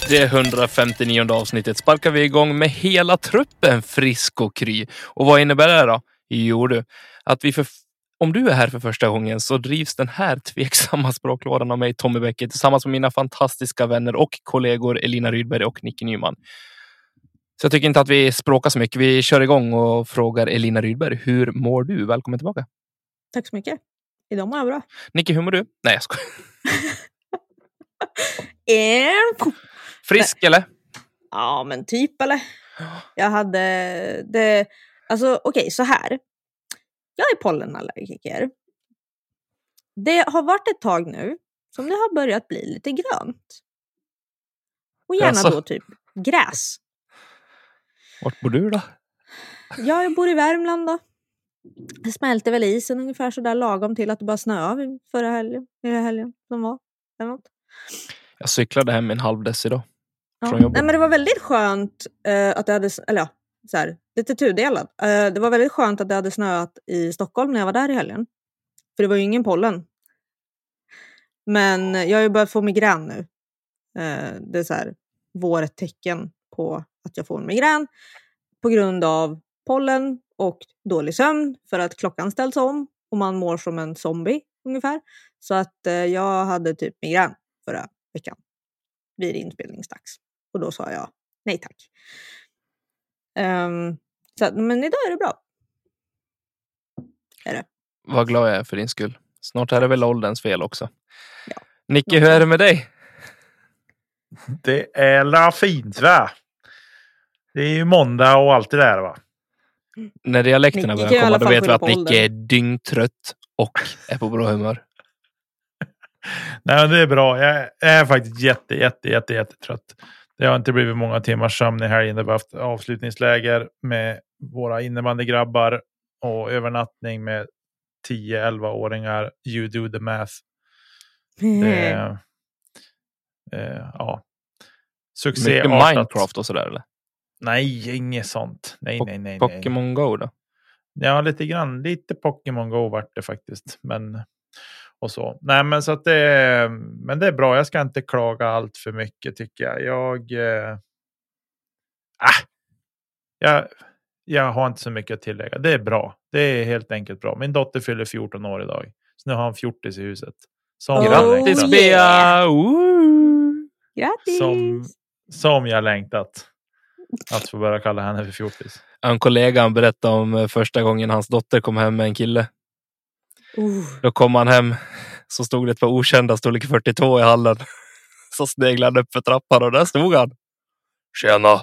Det 159 avsnittet sparkar vi igång med hela truppen frisk och kry. Och vad innebär det då? Jo du, att om du är här för första gången så drivs den här tveksamma språklådan av mig, Tommy Bäcket, tillsammans med mina fantastiska vänner och kollegor Elina Rydberg och Nicke Nyman. Så jag tycker inte att vi språkar så mycket. Vi kör igång och frågar Elina Rydberg, hur mår du? Välkommen tillbaka. Tack så mycket. Idag mår jag bra. Nicke, hur mår du? Nej, jag skojar. Frisk eller? Ja, men typ eller. Jag hade det. Alltså okej, så här. Jag är pollenallergiker. Det har varit ett tag nu som det har börjat bli lite grönt. Och gärna då typ gräs. Vart bor du då? Ja, jag bor i Värmland då. Det smälte väl isen ungefär så där lagom till att det bara snöade förra helgen. I helgen som var. Eller något. Jag cyklade hem en halv dess idag. Ja. Nej, men det var väldigt skönt att det hade, eller ja, så här, lite tudelat. Det var väldigt skönt att det hade snöat i Stockholm när jag var där i helgen. För det var ju ingen pollen. Men jag har ju börjat få migrän nu. Det är så här vårtecken på att jag får en migrän. På grund av pollen och dålig sömn. För att klockan ställs om. Och man mår som en zombie ungefär. Så att jag hade typ migrän förra veckan. Vid inspelningsdags. Och då sa jag nej tack. Så, men idag är det bra. Är det. Vad glad jag är för din skull. Snart är det väl ålderns fel också. Ja. Nicke, hur är det med dig? Det är la fint va? Det är ju måndag och allt det där va? När dialekterna börjar komma då vet vi att Nicke är dyngtrött och är på bra humör. Nej, det är bra. Jag är faktiskt jättetrött. Det har inte blivit många timmars sömn i helgen. Det har haft avslutningsläger med våra innebandygrabbar och övernattning med 10-11-åringar. You do the math. Ja. Succé. Mycket Minecraft och sådär eller? Nej, inget sånt. Nej. Pokémon Go då? Ja, lite grann. Lite Pokémon Go vart det faktiskt. Men och så. Nej, men så att men det är bra. Jag ska inte klaga allt för mycket tycker jag. Jag har inte så mycket att tillägga. Det är bra. Det är helt enkelt bra. Min dotter fyller 14 år idag. Så nu har han 14 i huset. Grattis Bea! Grattis! Som jag längtat. Att få börja kalla henne för 14. En kollega berättade om första gången hans dotter kom hem med en kille. Då kom han hem. Så stod det ett par okända storlek 42 i hallen. Så sneglade han upp för trappan och där stod han. Tjena!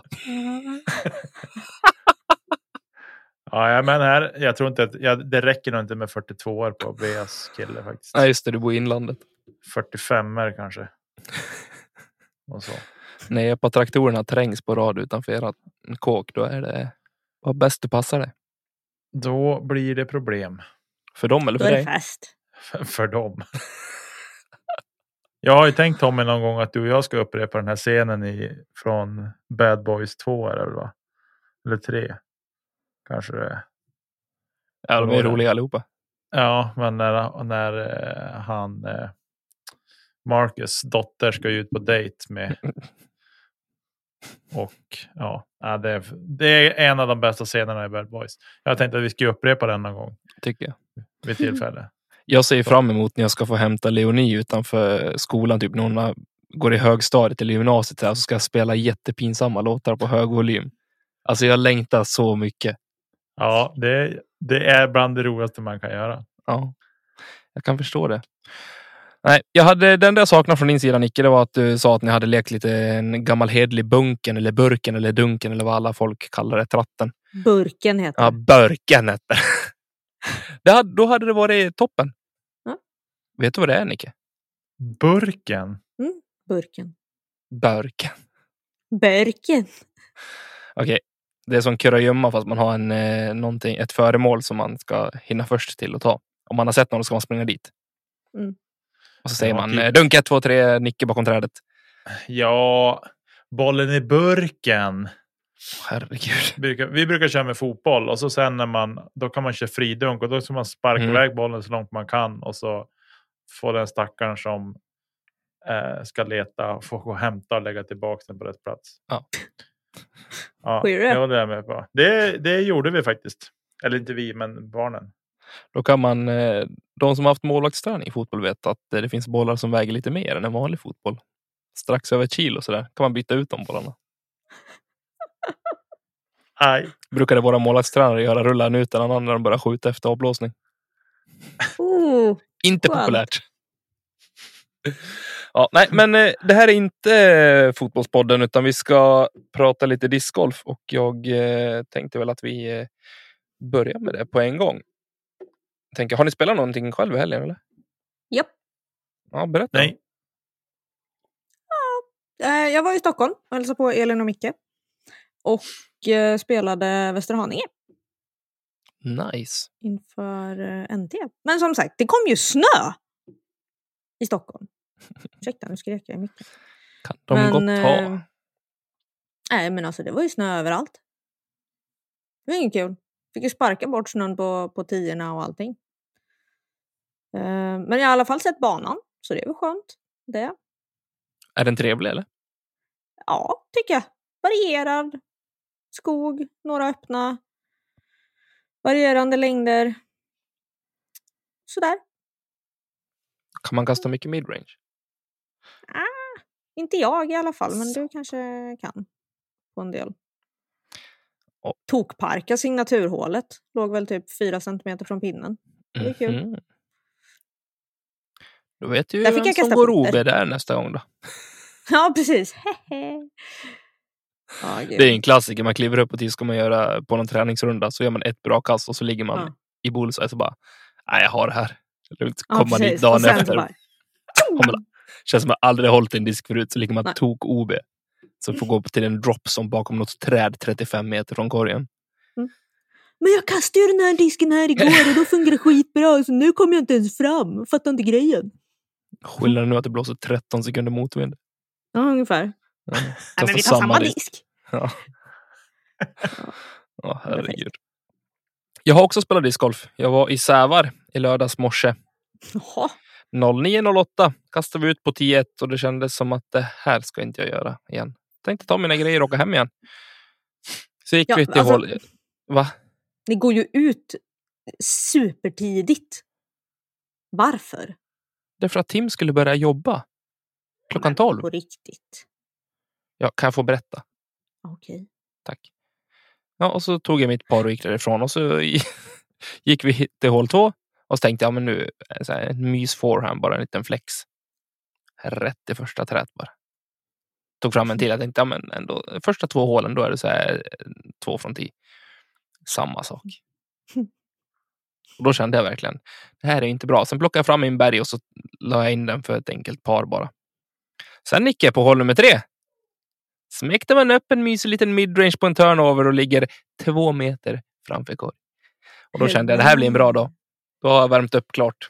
Ja, men här, jag tror inte att det räcker nog inte med 42 år på Beas kille faktiskt. Nej, just det, du bor i inlandet. 45 kanske. Och så. Nej, på traktorerna trängs på rad utanför ert kåk, då är det vad bäst du passar det. Då blir det problem. För dem eller för dig? Då är det fest. För dem. Jag har ju tänkt Tommy någon gång att du och jag ska upprepa den här scenen från Bad Boys 2 eller va? Eller 3. Kanske det är. Ja, de är roliga allihopa. Ja, men när han Marcus dotter ska ut på dejt med och ja, det är en av de bästa scenerna i Bad Boys. Jag tänkte att vi ska upprepa den någon gång. Tycker jag. Vid tillfälle. Jag ser fram emot när jag ska få hämta Leonie utanför skolan. Typ när hon går i högstadiet eller gymnasiet. Så ska jag spela jättepinsamma låtar på hög volym. Alltså jag längtar så mycket. Ja, det är bland det roligaste man kan göra. Ja, jag kan förstå det. Nej, den där saknar från din sida Nicke, det var att du sa att ni hade lekt lite en gammal hedlig bunken eller burken eller dunken eller vad alla folk kallar det, tratten. Burken heter det. Ja, burken heter då hade det varit toppen. Ja. Vet du vad det är, Nicke? Burken? Burken. Burken. Okej. Det är som kurragömma fast man har ett föremål som man ska hinna först till att ta. Om man har sett någon ska man springa dit. Och så säger man dunk 1, 2, 3, Nicke bakom trädet. Ja, bollen i burken. Herregud. Vi brukar köra med fotboll och så sen då kan man köra fridunk och då ska man sparka iväg bollen så långt man kan och så får den stackaren som ska leta, få gå och hämta och lägga tillbaka den på rätt plats. Ja. Ja, Skyrre. det håller jag med på. Det gjorde vi faktiskt. Eller inte vi, men barnen. Då kan man, de som har haft målvaktsträning i fotboll vet att det finns bollar som väger lite mer än en vanlig fotboll. Strax över 1 kilo så där. Kan man byta ut de bollarna. Nej. Brukade våra målvaktstränare göra, rulla en ut en annan när de börjar skjuta efter avblåsning. Inte skönt. populärt. Ja, nej, men det här är inte fotbollspodden utan vi ska prata lite discgolf och jag tänkte väl att vi börjar med det på en gång. Tänker, har ni spelat någonting själv i helgen eller? Japp. Ja, berätta. Nej. Jag var i Stockholm och hälsade på Elin och Micke. Och spelade Västerhaninge Nice. inför NT. Men som sagt, det kom ju snö i Stockholm. Ursäkta, nu skrek jag i micken. Kan de gott ha. Nej, men alltså det var ju snö överallt. Det var inget kul. Fick ju sparka bort snön på tiorna och allting. Men jag har i alla fall sett banan. Så det var skönt. Det. Är den trevlig eller? Ja, tycker jag. Varierad. Skog, några öppna. Varierande längder. Sådär. Kan man kasta mycket midrange? Inte jag i alla fall, men du kanske kan. På en del. Tokparka signaturhålet. Låg väl typ 4 centimeter från pinnen. Det är kul. Mm. Då vet du ju Där fick vem jag som kasta går putter. OB där nästa gång då. Ja, precis. Det är en klassiker. Man kliver upp och till ska man göra på någon träningsrunda så gör man ett bra kast och så ligger man i bullseye så bara nej, jag har det här. Kommer dit dagen efter. Bara... Känns som att jag aldrig hållit en disk förut så ligger man tok OB. Så får gå upp till en drop som bakom något träd 35 meter från korgen. Men jag kastade ju den här disken här igår och då fungerar det skitbra så nu kommer jag inte ens fram. Fattar inte grejen. Skillnaden nu att det blåser 13 sekunder motvind. Ja, ungefär. Ja, men vi tar samma disk. Ja. Ja, herregud. Jag har också spelat discgolf. Jag var i Sävar i lördags morse. Jaha. 09.08 kastade vi ut på 10-1 och det kändes som att det här ska inte jag göra igen. Tänkte ta mina grejer och åka hem igen. Så gick vi till håll. Va? Ni går ju ut supertidigt. Varför? Därför att Tim skulle börja jobba. Klockan 12. På riktigt. Ja, kan jag få berätta? Okej. Tack. Ja, och så tog jag mitt par och gick därifrån och så gick vi till hål 2 och så tänkte jag men nu så här, en mys forehand, bara en liten flex. Rätt i första trät bara. Tog fram en till, jag tänkte ja men ändå första 2 hålen då är det så här 2 från 10. Samma sak. Och då kände jag verkligen det här är inte bra. Sen plockade jag fram min berg och så la jag in den för ett enkelt par bara. Sen gick jag på hål nummer 3. Smäckte man upp en mysig liten midrange på en turnover och ligger 2 meter framför korg. Och då kände jag det här blir en bra dag. Då har jag värmt upp klart.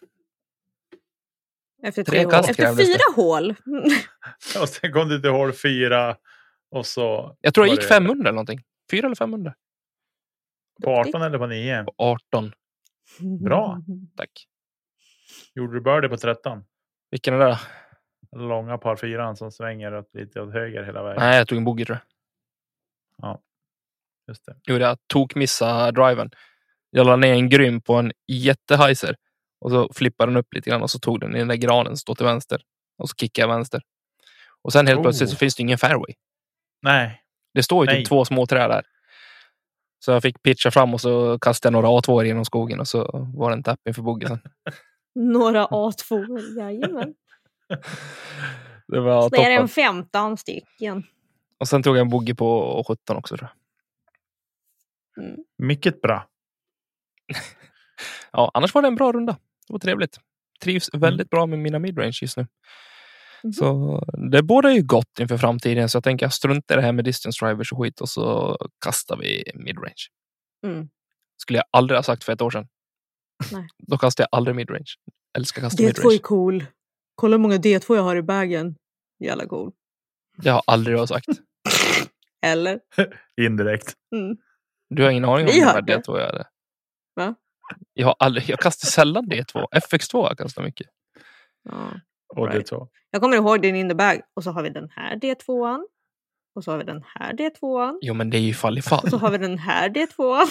Efter 3 3 hål. kast Efter 4 hål. Och sen kom du till hål 4 och så... Jag tror jag gick 500 eller någonting. 4 eller 500. På 18 eller på 9? På 18. Bra. Tack. Gjorde du birdie på 13? Vilken är det då? Långa par 4 som svänger upp lite åt höger hela vägen. Nej, jag tog en bogey tror jag. Ja, just det. Gjorde jag tog missa driven. Jag la ner en grym på en jättehajser. Och så flippade den upp lite grann och så tog den i den där granen stå till vänster. Och så kickade jag vänster. Och sen helt plötsligt så finns det ingen fairway. Nej. Det står ju typ 2 små träd där. Så jag fick pitcha fram och så kastade jag några A2 genom skogen och så var det en tapping för bogey sen. Några A2, jajamän. Det var så är det toppen. en 15 stycken. Och sen tog jag en bogey på 17 också tror jag. Mycket bra. Ja, annars var det en bra runda. Det var trevligt. Trivs väldigt bra med mina midrange just nu. Så det båda är ju gott inför framtiden. Så jag tänker jag struntar det här med distance drivers och skit. Och så kastar vi midrange. Skulle jag aldrig ha sagt för ett år sedan. Nej. Då kastar jag aldrig midrange. Älskar kasta D2 midrange. är cool. Kolla hur många D2 jag har i bagen. Jävla cool. Det har aldrig sagt. Eller? Indirekt. Du har ingen aning om Vi vad hörde. D2 är det. Va? Jag kastar sällan D2. FX2 jag kastar mycket. Ja. Och Right. D2. Jag kommer ihåg din in the bag. Och så har vi den här D2an. Och så har vi den här D2an. Jo, men det är ju fall i fall. Och så har vi den här D2an.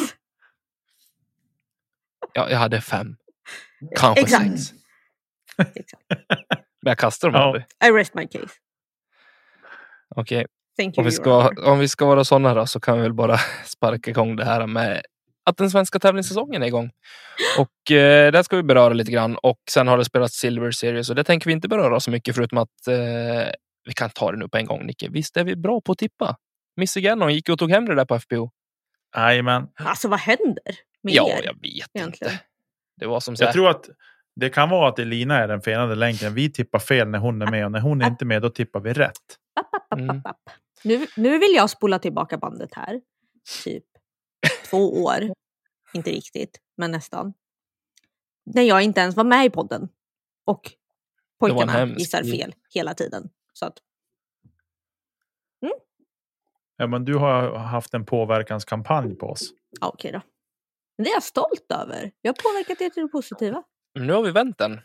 Ja, jag hade 5. Kanske Exakt. 6. Exakt. Men jag kastar dem Ja. aldrig. I rest my case. Okej. Thank you, Om Your Honor. om vi ska vara sådana då, så kan vi väl bara sparka igång det här med att den svenska tävlingssäsongen är igång. Och där ska vi beröra lite grann. Och sen har det spelats Silver Series. Och det tänker vi inte beröra så mycket, förutom att vi kan ta det nu på en gång, Nicke. Visst är vi bra på att tippa? Missy Gannon gick och tog hem det där på FPO. Jajamän. Alltså vad händer med Ja, er? jag vet egentligen? inte. Det var som Jag sagt. tror att det kan vara att Elina är den felande länken. Vi tippar fel när hon är med och när hon är inte med då tippar vi rätt. App. Nu vill jag spola tillbaka bandet här. Typ 2 år. Inte riktigt, men nästan. När jag inte ens var med i podden. Och Det var en pojkarna hemsk gissar tid. fel hela tiden. Så att, Ja, men du har haft en påverkanskampanj på oss. ja, okej då. Men det är jag stolt över. Jag har påverkat er till det positiva. Nu har vi vänt den.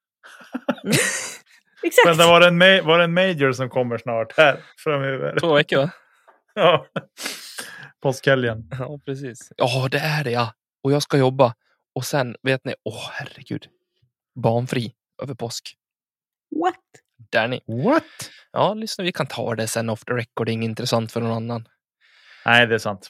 Exakt. Men det var det en major som kommer snart här framöver. 2 veckor, va? Ja. Påskhelgen. Ja, precis. Ja, det är det, ja. Och jag ska jobba. Och sen, vet ni, herregud. Barnfri över påsk. What? Där ni. What? Ja, lyssna, vi kan ta det sen off the record. Det är intressant för någon annan. Nej, det är sant.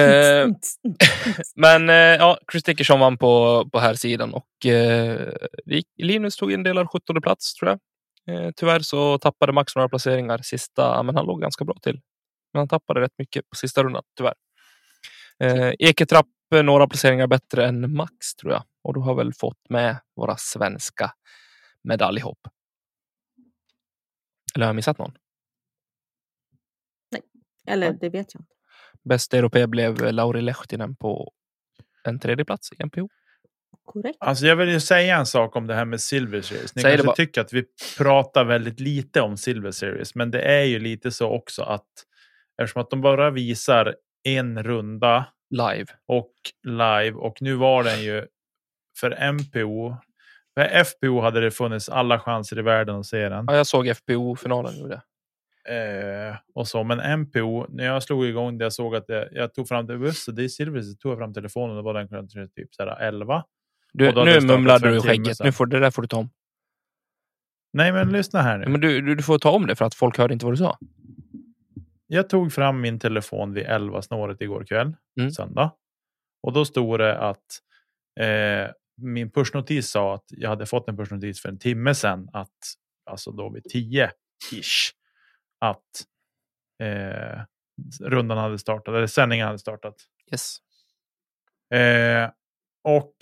Men ja, Chris Dickerson vann på här sidan. Och Linus tog en del av 17:e plats, tror jag. Tyvärr så tappade Max några placeringar sista. Men han låg ganska bra till. Men han tappade rätt mycket på sista rundan, tyvärr. Eketrapp några placeringar bättre än Max, tror jag. Och då har väl fått med våra svenska medaljhopp. Eller har jag missat någon? Eller det vet jag inte. Bästa europé blev Lauri Lehtinen på en 3:e plats i MPO. Korrekt. Alltså jag vill ju säga en sak om det här med Silver Series. Ni Säg det kanske bara. tycker att vi pratar väldigt lite om Silver Series. Men det är ju lite så också att eftersom att de bara visar en runda Live. och nu var den ju för MPO. För FPO hade det funnits alla chanser i världen att se den. Ja, jag såg FPO-finalen nu det. Och så, men MPO, när jag slog igång det, jag såg att jag tog fram det bussen, det är Silver, så tog jag fram telefonen och då var den klockan typ så här 11. Du, Och då hade nu det startat mumlar för en du i timme skägget. sedan. Det där får du ta om. Nej, men lyssna här nu. Ja, men du får ta om det för att folk hörde inte vad du sa. Jag tog fram min telefon vid 11-snåret igår kväll, söndag. Och då stod det att min pushnotis sa att jag hade fått en pushnotis för en timme sedan, att alltså då vid 10-ish, att rundan hade startat, eller sändningen hade startat. Yes. Och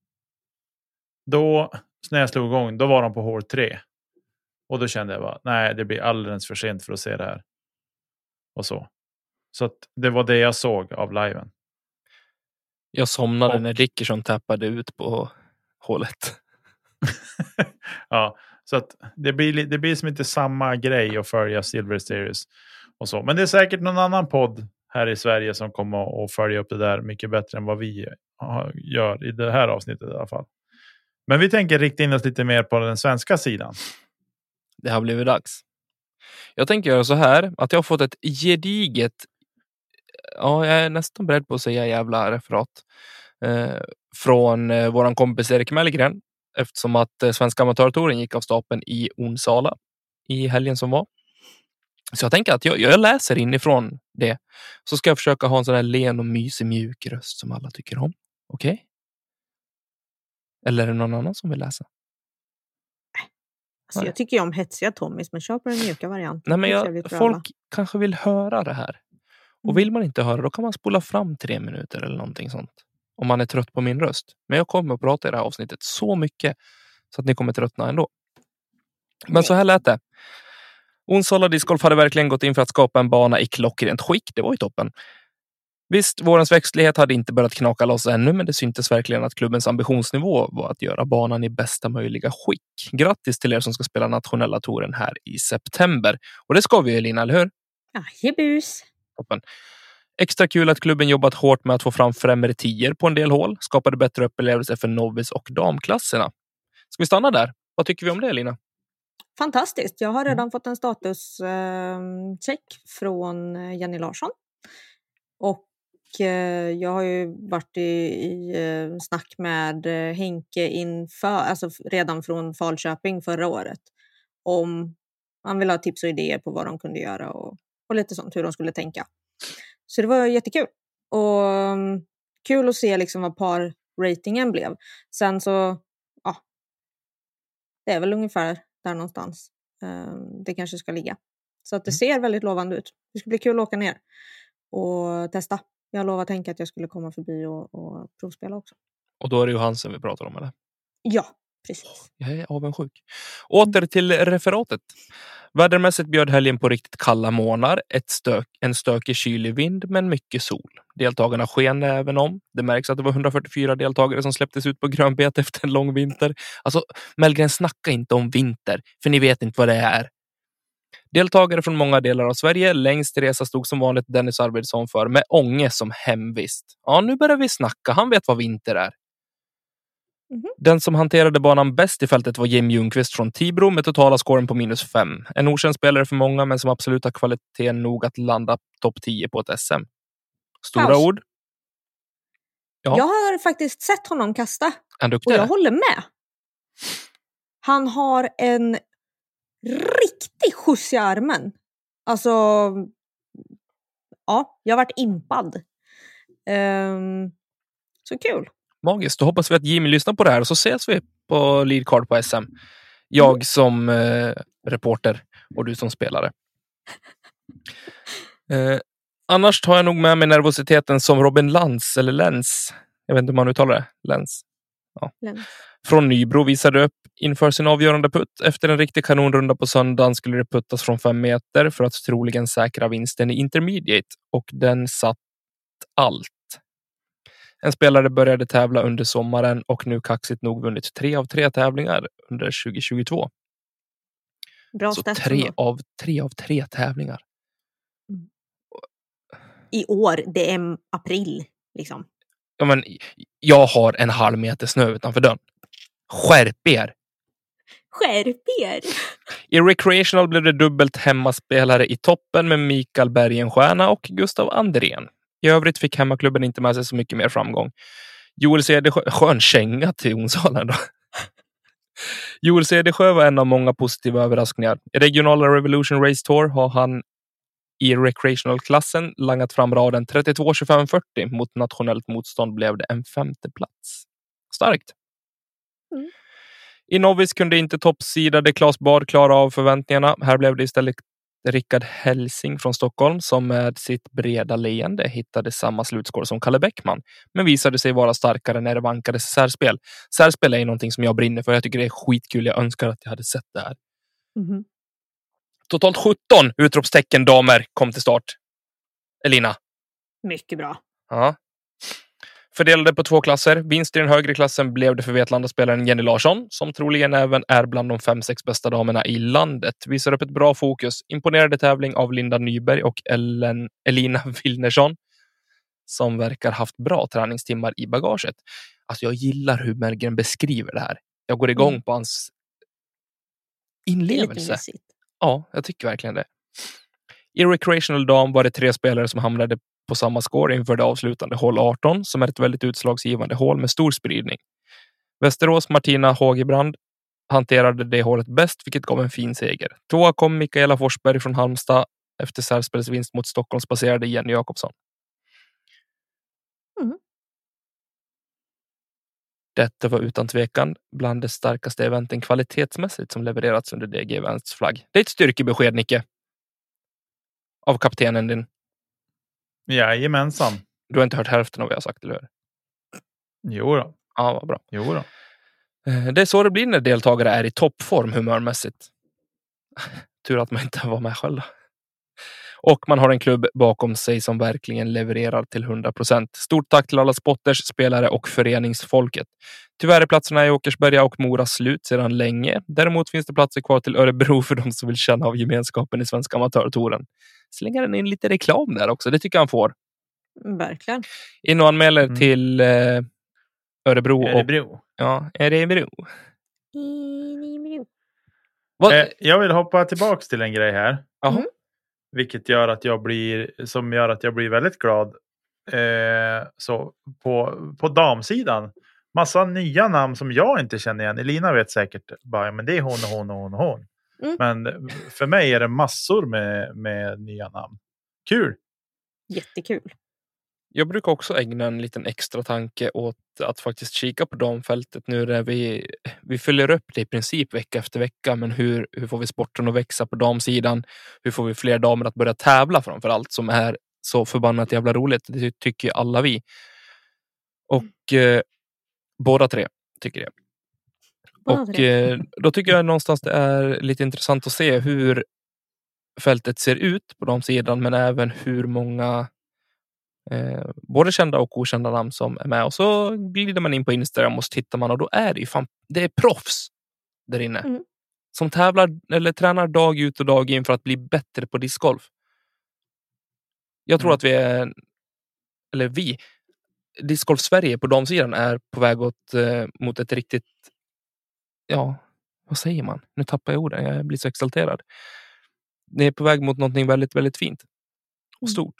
då, när jag slog igång, då var de på hål 3. Och då kände jag bara, nej, det blir alldeles för sent för att se det här. Och så. Så att det var det jag såg av liven. Jag somnade när Dickerson tappade ut på hålet. Ja, så att det blir som inte samma grej att följa Silver Series och så. Men det är säkert någon annan podd här i Sverige som kommer att följa upp det där mycket bättre än vad vi gör i det här avsnittet i alla fall. Men vi tänker rikta in oss lite mer på den svenska sidan. Det har blivit dags. Jag tänker göra så här, att jag har fått ett gediget, ja, jag är nästan beredd på att säga jävla referat från våran kompis Erik Mellgren, eftersom att Svenska amatörtouren gick av stapeln i Onsala i helgen som var. Så jag tänker att jag läser inifrån det, så ska jag försöka ha en sån här len och mysig mjuk röst som alla tycker om. Okej? Okay? Eller är det någon annan som vill läsa? Alltså, jag tycker ju om hetsiga Tommys, men kör på den mjuka varianten. Nej, men folk kanske vill höra det här. Och vill man inte höra, då kan man spola fram 3 minuter eller någonting sånt. Om man är trött på min röst. Men jag kommer att prata i det här avsnittet så mycket så att ni kommer tröttna ändå. Men så här lät det. Onsala discgolf hade verkligen gått in för att skapa en bana i klockrent skick. Det var ju toppen. Visst, vårens växtlighet hade inte börjat knaka loss ännu, men det syntes verkligen att klubbens ambitionsnivå var att göra banan i bästa möjliga skick. Grattis till er som ska spela nationella touren här i september. Och det ska vi, Elina, eller hur? Ja, jebus. Toppen. Extra kul att klubben jobbat hårt med att få fram främre 10 på en del hål. Skapade bättre upplevelser för novice- och damklasserna. Ska vi stanna där? Vad tycker vi om det, Elina? fantastiskt. Jag har redan fått en statuscheck från Jenny Larsson. Och jag har ju varit i snack med Henke inför, alltså redan från Falköping förra året. Om man vill ha tips och idéer på vad de kunde göra och lite sånt, hur de skulle tänka. Så det var jättekul. Och kul att se liksom vad par-ratingen blev. Sen så, ja, det är väl ungefär där någonstans det kanske ska ligga. Så att det ser väldigt lovande ut. Det ska bli kul att åka ner och testa. Jag lovade tänka att jag skulle komma förbi och provspela också. Och då är det Johansen vi pratar om, eller? Ja, precis. Jag är avundsjuk. Åter till referatet. Vädermässigt bjöd helgen på riktigt kalla månader, en stökig kylig vind men mycket sol. Deltagarna sken även om. Det märks att det var 144 deltagare som släpptes ut på grönbete efter en lång vinter. Alltså, Mellgren, snacka inte om vinter, för ni vet inte vad det är. Deltagare från många delar av Sverige. Längst resa stod som vanligt Dennis Arvidsson för med Ånge som hemvist. Ja, nu börjar vi snacka. Han vet vad vinter är. Den som hanterade banan bäst i fältet var Jim Ljungqvist från Tibro med totala scoren på -5. En okänd spelare för många, men som absolut har kvalitet nog att landa topp 10 på ett SM. Stora ord. Ja. Jag har faktiskt sett honom kasta. Han och jag håller med. Han har en riktig skjuts i armen. Alltså, ja, jag har varit impad. Så kul. Magiskt. Då hoppas vi att Jimmy lyssnar på det här och så ses vi på lead card på SM. Jag som reporter och du som spelare. Annars tar jag nog med mig nervositeten som Robin Lantz eller Lenz. Jag vet inte om man uttalar det. Lenz. Ja. Lenz. Från Nybro visade upp inför sin avgörande putt. Efter en riktig kanonrunda på söndagen skulle det puttas från 5 meter för att troligen säkra vinsten i intermediate. Och den satt allt. En spelare började tävla under sommaren och nu kaxigt nog vunnit 3 av 3 tävlingar under 2022. Bra så stats 3 av 3 tävlingar. I år, det är april liksom. Ja, men jag har en halv meter snö utanför dörren. Skärp er! Skärp er! I Recreational blev det dubbelt hemmaspelare i toppen med Mikael Bergenstierna och Gustav Andrén. I övrigt fick hemmaklubben inte med sig så mycket mer framgång. Joel Cedersjö, skön känga till Onsalen då. Joel Cedersjö var en av många positiva överraskningar. I regionala Revolution Race Tour har han i Recreational-klassen langat fram raden 32-25-40. Mot nationellt motstånd blev det en 5:e plats. Starkt. I Novice kunde inte toppsidade Claes Bard klara av förväntningarna. Här blev det istället Rickard Helsing från Stockholm som med sitt breda leende hittade samma slutskår som Kalle Bäckman, men visade sig vara starkare när det vankades särspel. Särspel är någonting som jag brinner för. Jag tycker det är skitkul. Jag önskar att jag hade sett det här. Totalt 17 utropstecken damer kom till start. Elina. Mycket bra. Ja. Fördelade på 2 klasser. Vinst i den högre klassen blev det för Vetlanda-spelaren Jenny Larsson, som troligen även är bland de 5-6 bästa damerna i landet. Visar upp ett bra fokus. Imponerade tävling av Linda Nyberg och Elina Wilnersson, som verkar haft bra träningstimmar i bagaget. Alltså jag gillar hur Mellgren beskriver det här. Jag går igång på hans inlevelse. Ja, jag tycker verkligen det. I Recreational Dam var det 3 spelare som hamnade på samma score inför det avslutande hål 18, som är ett väldigt utslagsgivande hål med stor spridning. Västerås Martina Hågebrand hanterade det hålet bäst, vilket gav en fin seger. 2 kom Mikaela Forsberg från Halmstad efter särspelsvinst mot Stockholmsbaserade Jenny Jakobsson. Detta var utan tvekan bland det starkaste eventen kvalitetsmässigt som levererats under DG Events flagg. Det är ett styrkebesked, Nicke. Av kaptenen din. Jajamensan. Du har inte hört hälften av vad jag har sagt, eller hur? Jo då. Ja, vad bra. Jo då. Det är så det blir när deltagare är i toppform humörmässigt. Tur att man inte var med själv. Och man har en klubb bakom sig som verkligen levererar till 100%. Stort tack till alla spotters, spelare och föreningsfolket. Tyvärr är platserna i Åkersberga och Mora slut sedan länge. Däremot finns det platser kvar till Örebro för de som vill känna av gemenskapen i svenska amatörtouren. Slänger den in lite reklam där också, det tycker jag han får. Verkligen. In och anmäler till Örebro. Örebro. Ja, Örebro. Jag vill hoppa tillbaka till en grej här. Jaha. Vilket gör att jag blir väldigt glad. Så på damsidan. Massa nya namn som jag inte känner igen. Elina vet säkert bara, men det är hon och hon och hon och hon. Men för mig är det massor med nya namn. Kul! Jättekul. Jag brukar också ägna en liten extra tanke åt att faktiskt kika på damfältet nu där vi följer upp det i princip vecka efter vecka. Men hur får vi sporten att växa på damsidan? Hur får vi fler damer att börja tävla framför allt, som är så förbannat jävla roligt? Det tycker ju alla vi. Och båda tre tycker jag. Då tycker jag någonstans det är lite intressant att se hur fältet ser ut på damsidan, men även hur många både kända och okända namn som är med. Och så glider man in på Instagram och så tittar man, och då är det ju det är proffs där inne som tävlar eller tränar dag ut och dag in för att bli bättre på discgolf. Jag tror att Discgolf Sverige på damsidan är på väg mot ett riktigt, vad säger man? Nu tappar jag orden, jag blir så exalterad. Det är på väg mot någonting väldigt, väldigt fint och stort.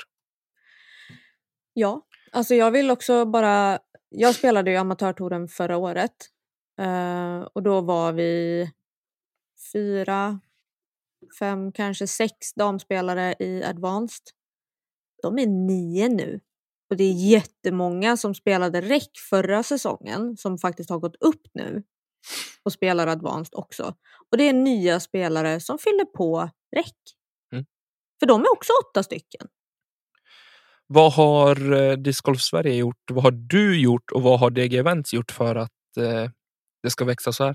Ja, alltså jag vill också jag spelade ju amatörtouren förra året och då var vi 4, 5, kanske 6 damspelare i Advanced. De är 9 nu. Och det är jättemånga som spelade REC förra säsongen som faktiskt har gått upp nu och spelar Advanced också. Och det är nya spelare som fyller på REC. För de är också 8 stycken. Vad har Discgolf Sverige gjort? Vad har du gjort? Och vad har DG Events gjort för att det ska växa så här?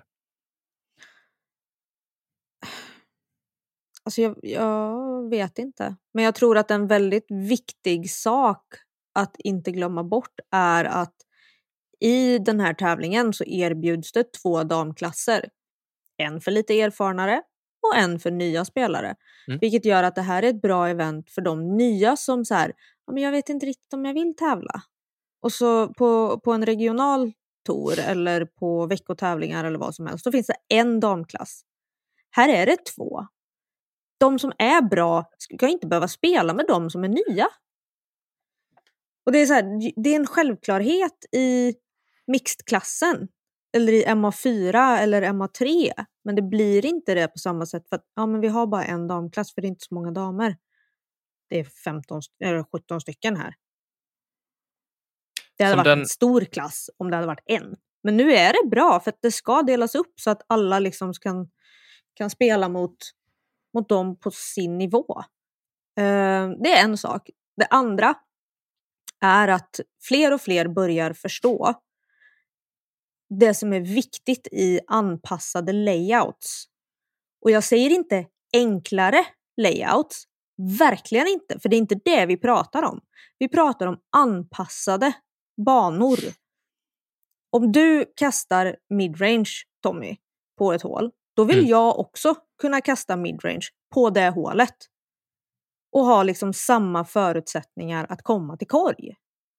Alltså jag vet inte. Men jag tror att en väldigt viktig sak att inte glömma bort är att i den här tävlingen så erbjuds det 2 damklasser. En för lite erfarnare och en för nya spelare. Vilket gör att det här är ett bra event för de nya som så här, men jag vet inte riktigt om jag vill tävla. Och så på en regional tour eller på veckotävlingar eller vad som helst, då finns det en damklass. Här är det 2. De som är bra ska inte behöva spela med de som är nya. Och det är så här, det är en självklarhet i mixed-klassen eller i MA4 eller MA3, men det blir inte det på samma sätt för att men vi har bara en damklass för det är inte så många damer. Det är 15 eller 17 stycken här. Det hade varit en stor klass om det hade varit en. Men nu är det bra för att det ska delas upp så att alla liksom kan spela mot dem på sin nivå. Det är en sak. Det andra är att fler och fler börjar förstå det som är viktigt i anpassade layouts. Och jag säger inte enklare layouts. Verkligen inte, för det är inte det vi pratar om. Vi pratar om anpassade banor. Om du kastar midrange, Tommy, på ett hål, då vill jag också kunna kasta midrange på det hålet. Och ha liksom samma förutsättningar att komma till korg.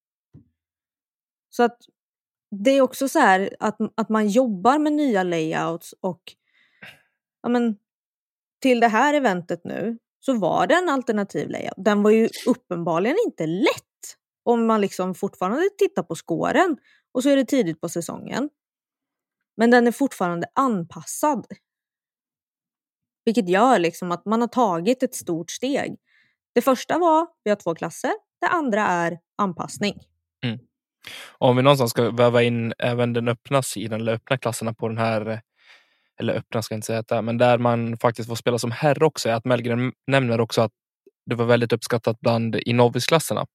Så att det är också så här att man jobbar med nya layouts och till det här eventet nu så var det en alternativ layout. Den var ju uppenbarligen inte lätt om man liksom fortfarande tittar på skåren och så är det tidigt på säsongen. Men den är fortfarande anpassad. Vilket gör liksom att man har tagit ett stort steg. Det första var, vi har 2 klasser. Det andra är anpassning. Om vi någonstans ska väva in även den öppna sidan eller öppna klasserna på den här, eller öppna ska jag inte säga det, men där man faktiskt får spela som herre också, är att Mellgren nämner också att det var väldigt uppskattat bland i novisklasserna.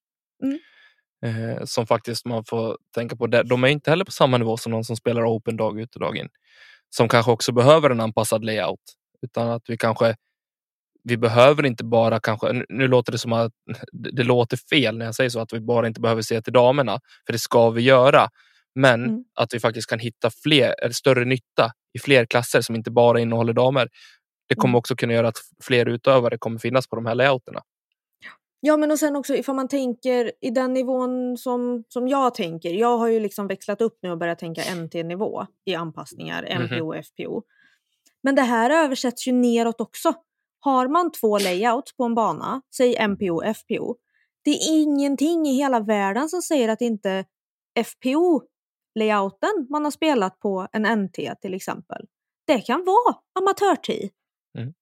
Som faktiskt man får tänka på, de är inte heller på samma nivå som någon som spelar open dag ut och dag in. Som kanske också behöver en anpassad layout. Utan att vi behöver inte bara kanske, nu låter det som att det låter fel när jag säger så, att vi bara inte behöver se till damerna, för det ska vi göra, men att vi faktiskt kan hitta större nytta i fler klasser som inte bara innehåller damer. Det kommer också kunna göra att fler utövare kommer finnas på de här layouterna. Ja, men och sen också ifall man tänker i den nivån som jag tänker. Jag har ju liksom växlat upp nu och börjat tänka NT-nivå i anpassningar, MPO och FPO. Men det här översätts ju neråt också. Har man 2 layouts på en bana, säg MPO, FPO, det är ingenting i hela världen som säger att inte FPO-layouten man har spelat på en NT till exempel, det kan vara amatörtid. Mm.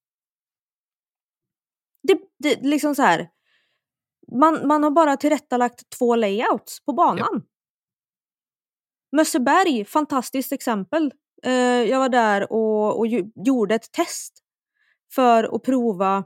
Det liksom så här, man har bara tillrättalagt 2 layouts på banan. Yep. Mösseberg, fantastiskt exempel. Jag var där och gjorde ett test för att prova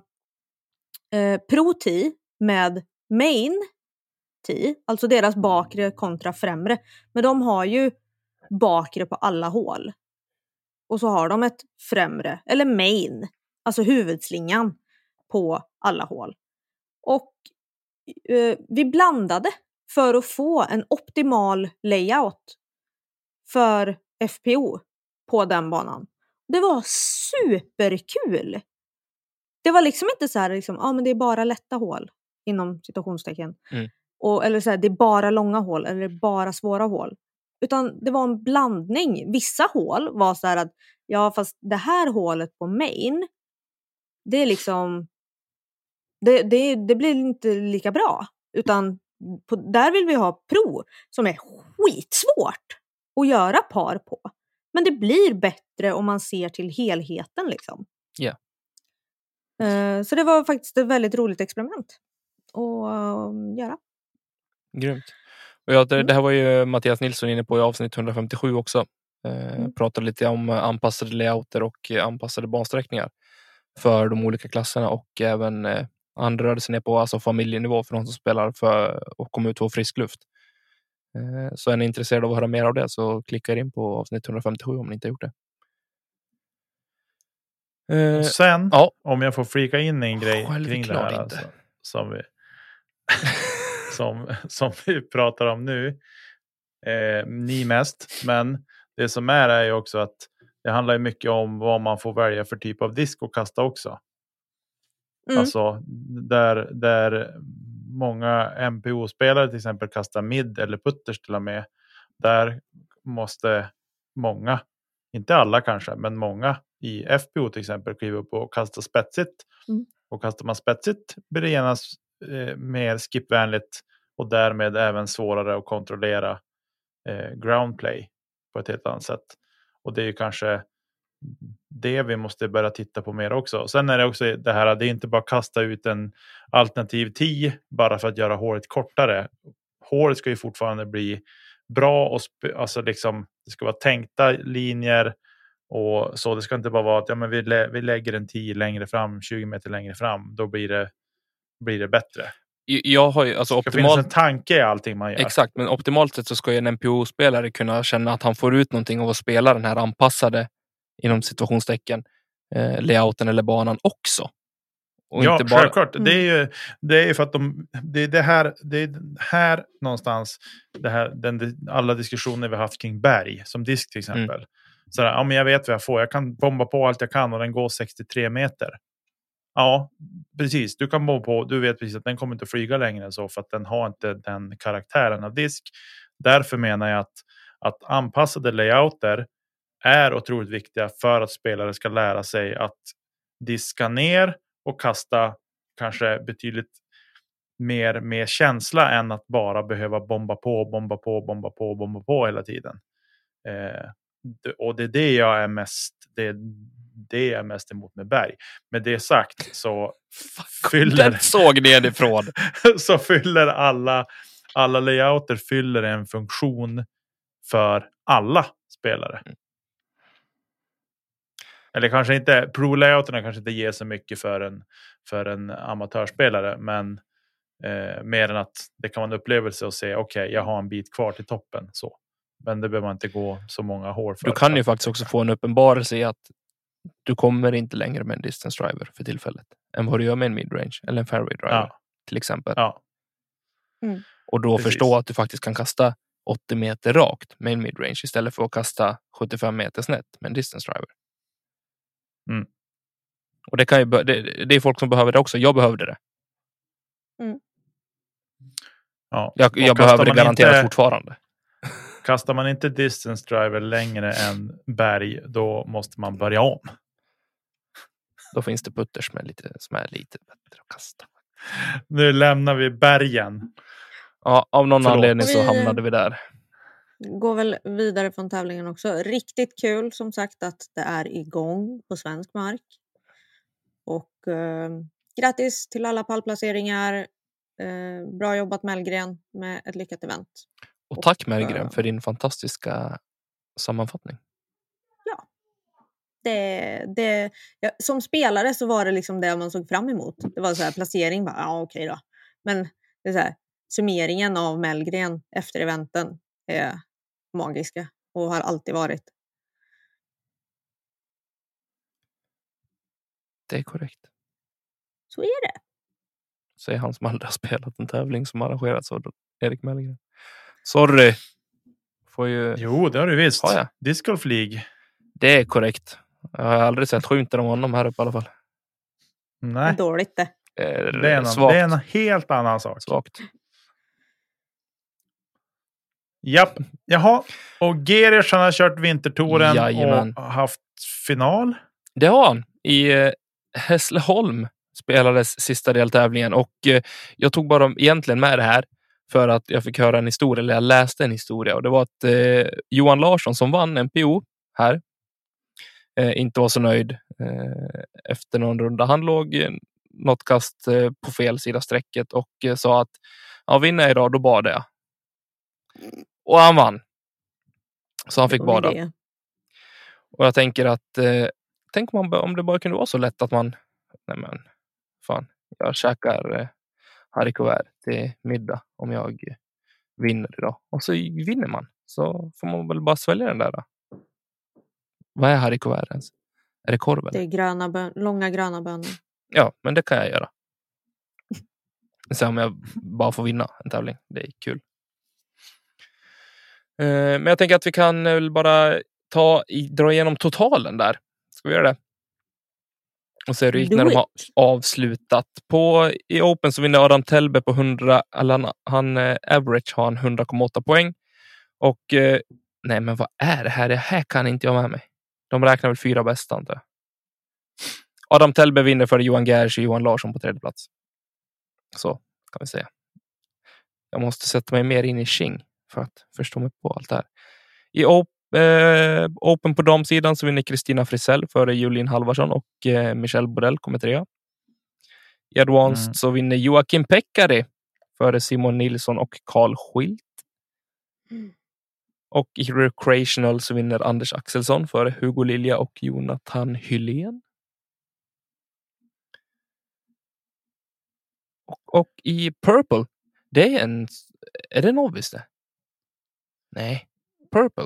Pro-T med main T, alltså deras bakre kontra främre. Men de har ju bakre på alla hål. Och så har de ett främre, eller main, alltså huvudslingan på alla hål. Och vi blandade för att få en optimal layout för FPO på den banan. Det var superkul! Det var liksom inte så här liksom, men det är bara lätta hål inom citationstecken. Mm. Eller så här, det är bara långa hål eller bara svåra hål. Utan det var en blandning. Vissa hål var så här att fast det här hålet på main, det är liksom det blir inte lika bra. Utan där vill vi ha pro som är skitsvårt att göra par på. Men det blir bättre om man ser till helheten liksom. Ja. Yeah. Så det var faktiskt ett väldigt roligt experiment att göra. Grymt. Och det här var ju Mattias Nilsson inne på i avsnitt 157 också. Pratade lite om anpassade layouter och anpassade bansträckningar för de olika klasserna, och även han rörde sig ner på alltså familjenivå för de som spelar för och kommer ut på frisk luft. Så är ni intresserade av att höra mer av det, så klicka in på avsnitt 157 om ni inte har gjort det. Sen, om jag får flika in en grej kring det här alltså, som vi pratar om nu, ni mest, men det som är ju också att det handlar ju mycket om vad man får välja för typ av disk och kasta också. Alltså där många MPO-spelare till exempel kastar mid eller putters till och med, där måste många, inte alla kanske, men många i FPO till exempel kliva upp och kasta spetsigt. Och kastar man spetsigt blir det genast mer skipvänligt och därmed även svårare att kontrollera ground play på ett helt annat sätt. Och det är ju kanske det vi måste börja titta på mer också. Sen är det också det här, det är inte bara kasta ut en alternativ 10 bara för att göra håret kortare. Håret ska ju fortfarande bli bra och alltså liksom, det ska vara tänkta linjer och så. Det ska inte bara vara att vi lägger en 10 längre fram, 20 meter längre fram, då blir det bättre. Jag har ju, alltså det finns en tanke i allting man gör. Exakt, men optimalt sett så ska ju en MPO-spelare kunna känna att han får ut någonting av att spela den här anpassade inom situationstecken layouten eller banan också. Och ja, inte bara... självklart. Det är ju för att det är här någonstans alla diskussioner vi har haft kring berg som disk till exempel. Så där, men jag vet vad jag får. Jag kan bomba på allt jag kan och den går 63 meter. Ja, precis. Du kan bomba på, du vet precis att den kommer inte att flyga längre än så, för att den har inte den karaktären av disk. Därför menar jag att anpassade layouter är otroligt viktiga för att spelare ska lära sig att diska ner och kasta kanske betydligt mer med känsla än att bara behöva bomba på hela tiden. Och det är det jag är mest det är mest emot med berg. Med det sagt så såg nedifrån. Så fyller alla layouter fyller en funktion för alla spelare. Eller kanske inte, pro-layouterna kanske inte ger så mycket för en amatörspelare, men mer än att det kan vara en upplevelse att se, okej, jag har en bit kvar till toppen, så. Men det behöver man inte gå så många hål för. Du kan ju faktiskt också få en uppenbarelse i att du kommer inte längre med en distance driver för tillfället än vad du gör med en midrange eller en fairway driver till exempel. Ja. Och då förstå att du faktiskt kan kasta 80 meter rakt med en midrange istället för att kasta 75 meter snett med en distance driver. Och det är folk som behöver det också. Jag behövde det. Ja. Jag behöver det garanterat fortfarande. Kastar man inte distance driver längre än berg, då måste man börja om. Då finns det putters som är lite bättre att kasta. Nu lämnar vi bergen. Ja, av någon Förlåt. anledning så hamnade vi där. Går väl vidare från tävlingen också. Riktigt kul som sagt att det är igång på svensk mark. Och grattis till alla pallplaceringar. Bra jobbat Mellgren med ett lyckat event. Och tack Mellgren för din fantastiska sammanfattning. Ja. Som spelare så var det liksom det man såg fram emot. Det var så här placering, bara, ja okej då. Men det är så här, summeringen av Mellgren efter eventen är magiska och har alltid varit. Det är korrekt. Så är det. Säger han som aldrig har spelat en tävling som arrangerats av Erik Mellgren. Sorry. Jo, det har du visst. Ja. Disc Golf League. Det är korrekt. Jag har aldrig sett skymten om honom här uppe i alla fall. Nej. Dåligt det. Det är en helt annan sak. Svagt. Japp. Jaha. Och Gerish, han har kört vintertouren. Jajamän. Och haft final. Det har han. I Hässleholm spelades sista deltävlingen. Och jag tog bara egentligen med det här för att jag fick höra en historia, eller jag läste en historia. Och det var att Johan Larsson som vann NPO här inte var så nöjd efter någon runda. Han låg något kast på fel sida strecket och sa att ja, vinner jag idag, då badar jag. Och han vann. Så han fick bada. Och jag tänker att tänk om det bara kunde vara så lätt att man jag käkar Harry Cuvert till middag om jag vinner idag. Och så vinner man. Så får man väl bara svälja den där då. Vad är Harry Cuvert ens? Är det korven? Det är långa gröna bönor. Ja, men det kan jag göra. Så om jag bara får vinna en tävling. Det är kul. Men jag tänker att vi kan väl bara dra igenom totalen där. Ska vi göra det? Och se hur det gick när de har avslutat. I Open så vinner Adam Telbe på 100. Han average har han 100,8 poäng. Och nej, men vad är det här? Det här kan inte jag med mig. De räknar väl 4 bästa, antar jag. Adam Telbe vinner för Johan Gers och Johan Larsson på 3:e plats. Så kan vi säga. Jag måste sätta mig mer in i Qing för att förstå mig på allt det här. I Open på damsidan så vinner Kristina Frisell före Julin Halvarsson och Michelle Bodell kommer 3. I Advanced så vinner Joakim Pekkari före Simon Nilsson och Carl Schilt. Och i Recreational så vinner Anders Axelsson före Hugo Lilja och Jonathan Hylén. Och i Purple, det är det en novis det? Nej, Purple.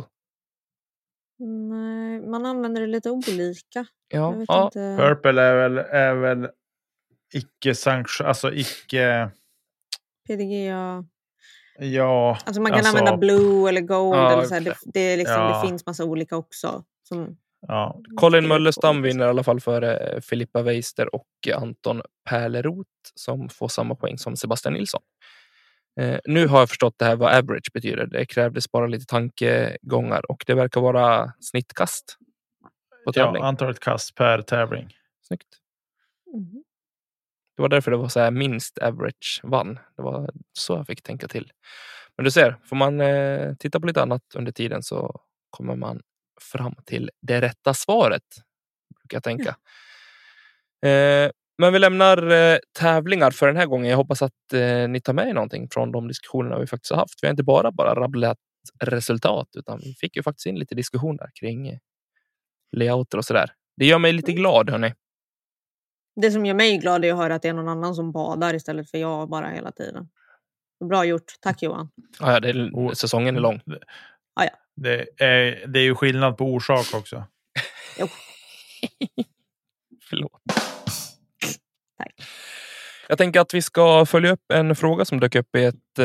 Nej, man använder det lite olika. Ja. Inte. Purple är väl icke sanction, alltså icke PDGA. Ja. Alltså man kan använda blue eller gold eller så här. Det är liksom, Ja. det finns massa olika också. Ja. Colin Möllestam vinner i alla fall för Filippa Weister och Anton Pärleroth som får samma poäng som Sebastian Nilsson. Nu har jag förstått det här vad average betyder. Det krävdes bara lite tankegångar och det verkar vara snittkast på tävling. Ja, antalet kast per tävling. Snyggt. Det var därför det var så här minst average vann. Det var så jag fick tänka till. Men du ser, får man titta på lite annat under tiden så kommer man fram till det rätta svaret. Brukar jag tänka. Men vi lämnar tävlingar för den här gången. Jag hoppas att ni tar med någonting från de diskussionerna vi faktiskt har haft. Vi har inte bara rabblat resultat utan vi fick ju faktiskt in lite diskussioner kring layouter och sådär. Det gör mig lite glad, hörni. Det som gör mig glad är att höra att det är någon annan som badar istället för jag bara hela tiden. Bra gjort. Tack Johan. Ja, säsongen är lång. Ja. Det är ju skillnad på orsak också. Jo. Förlåt. Tack. Jag tänker att vi ska följa upp en fråga som dök upp i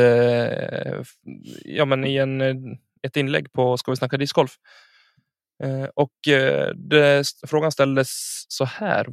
ett inlägg på Ska vi snacka discgolf. Och frågan ställdes så här.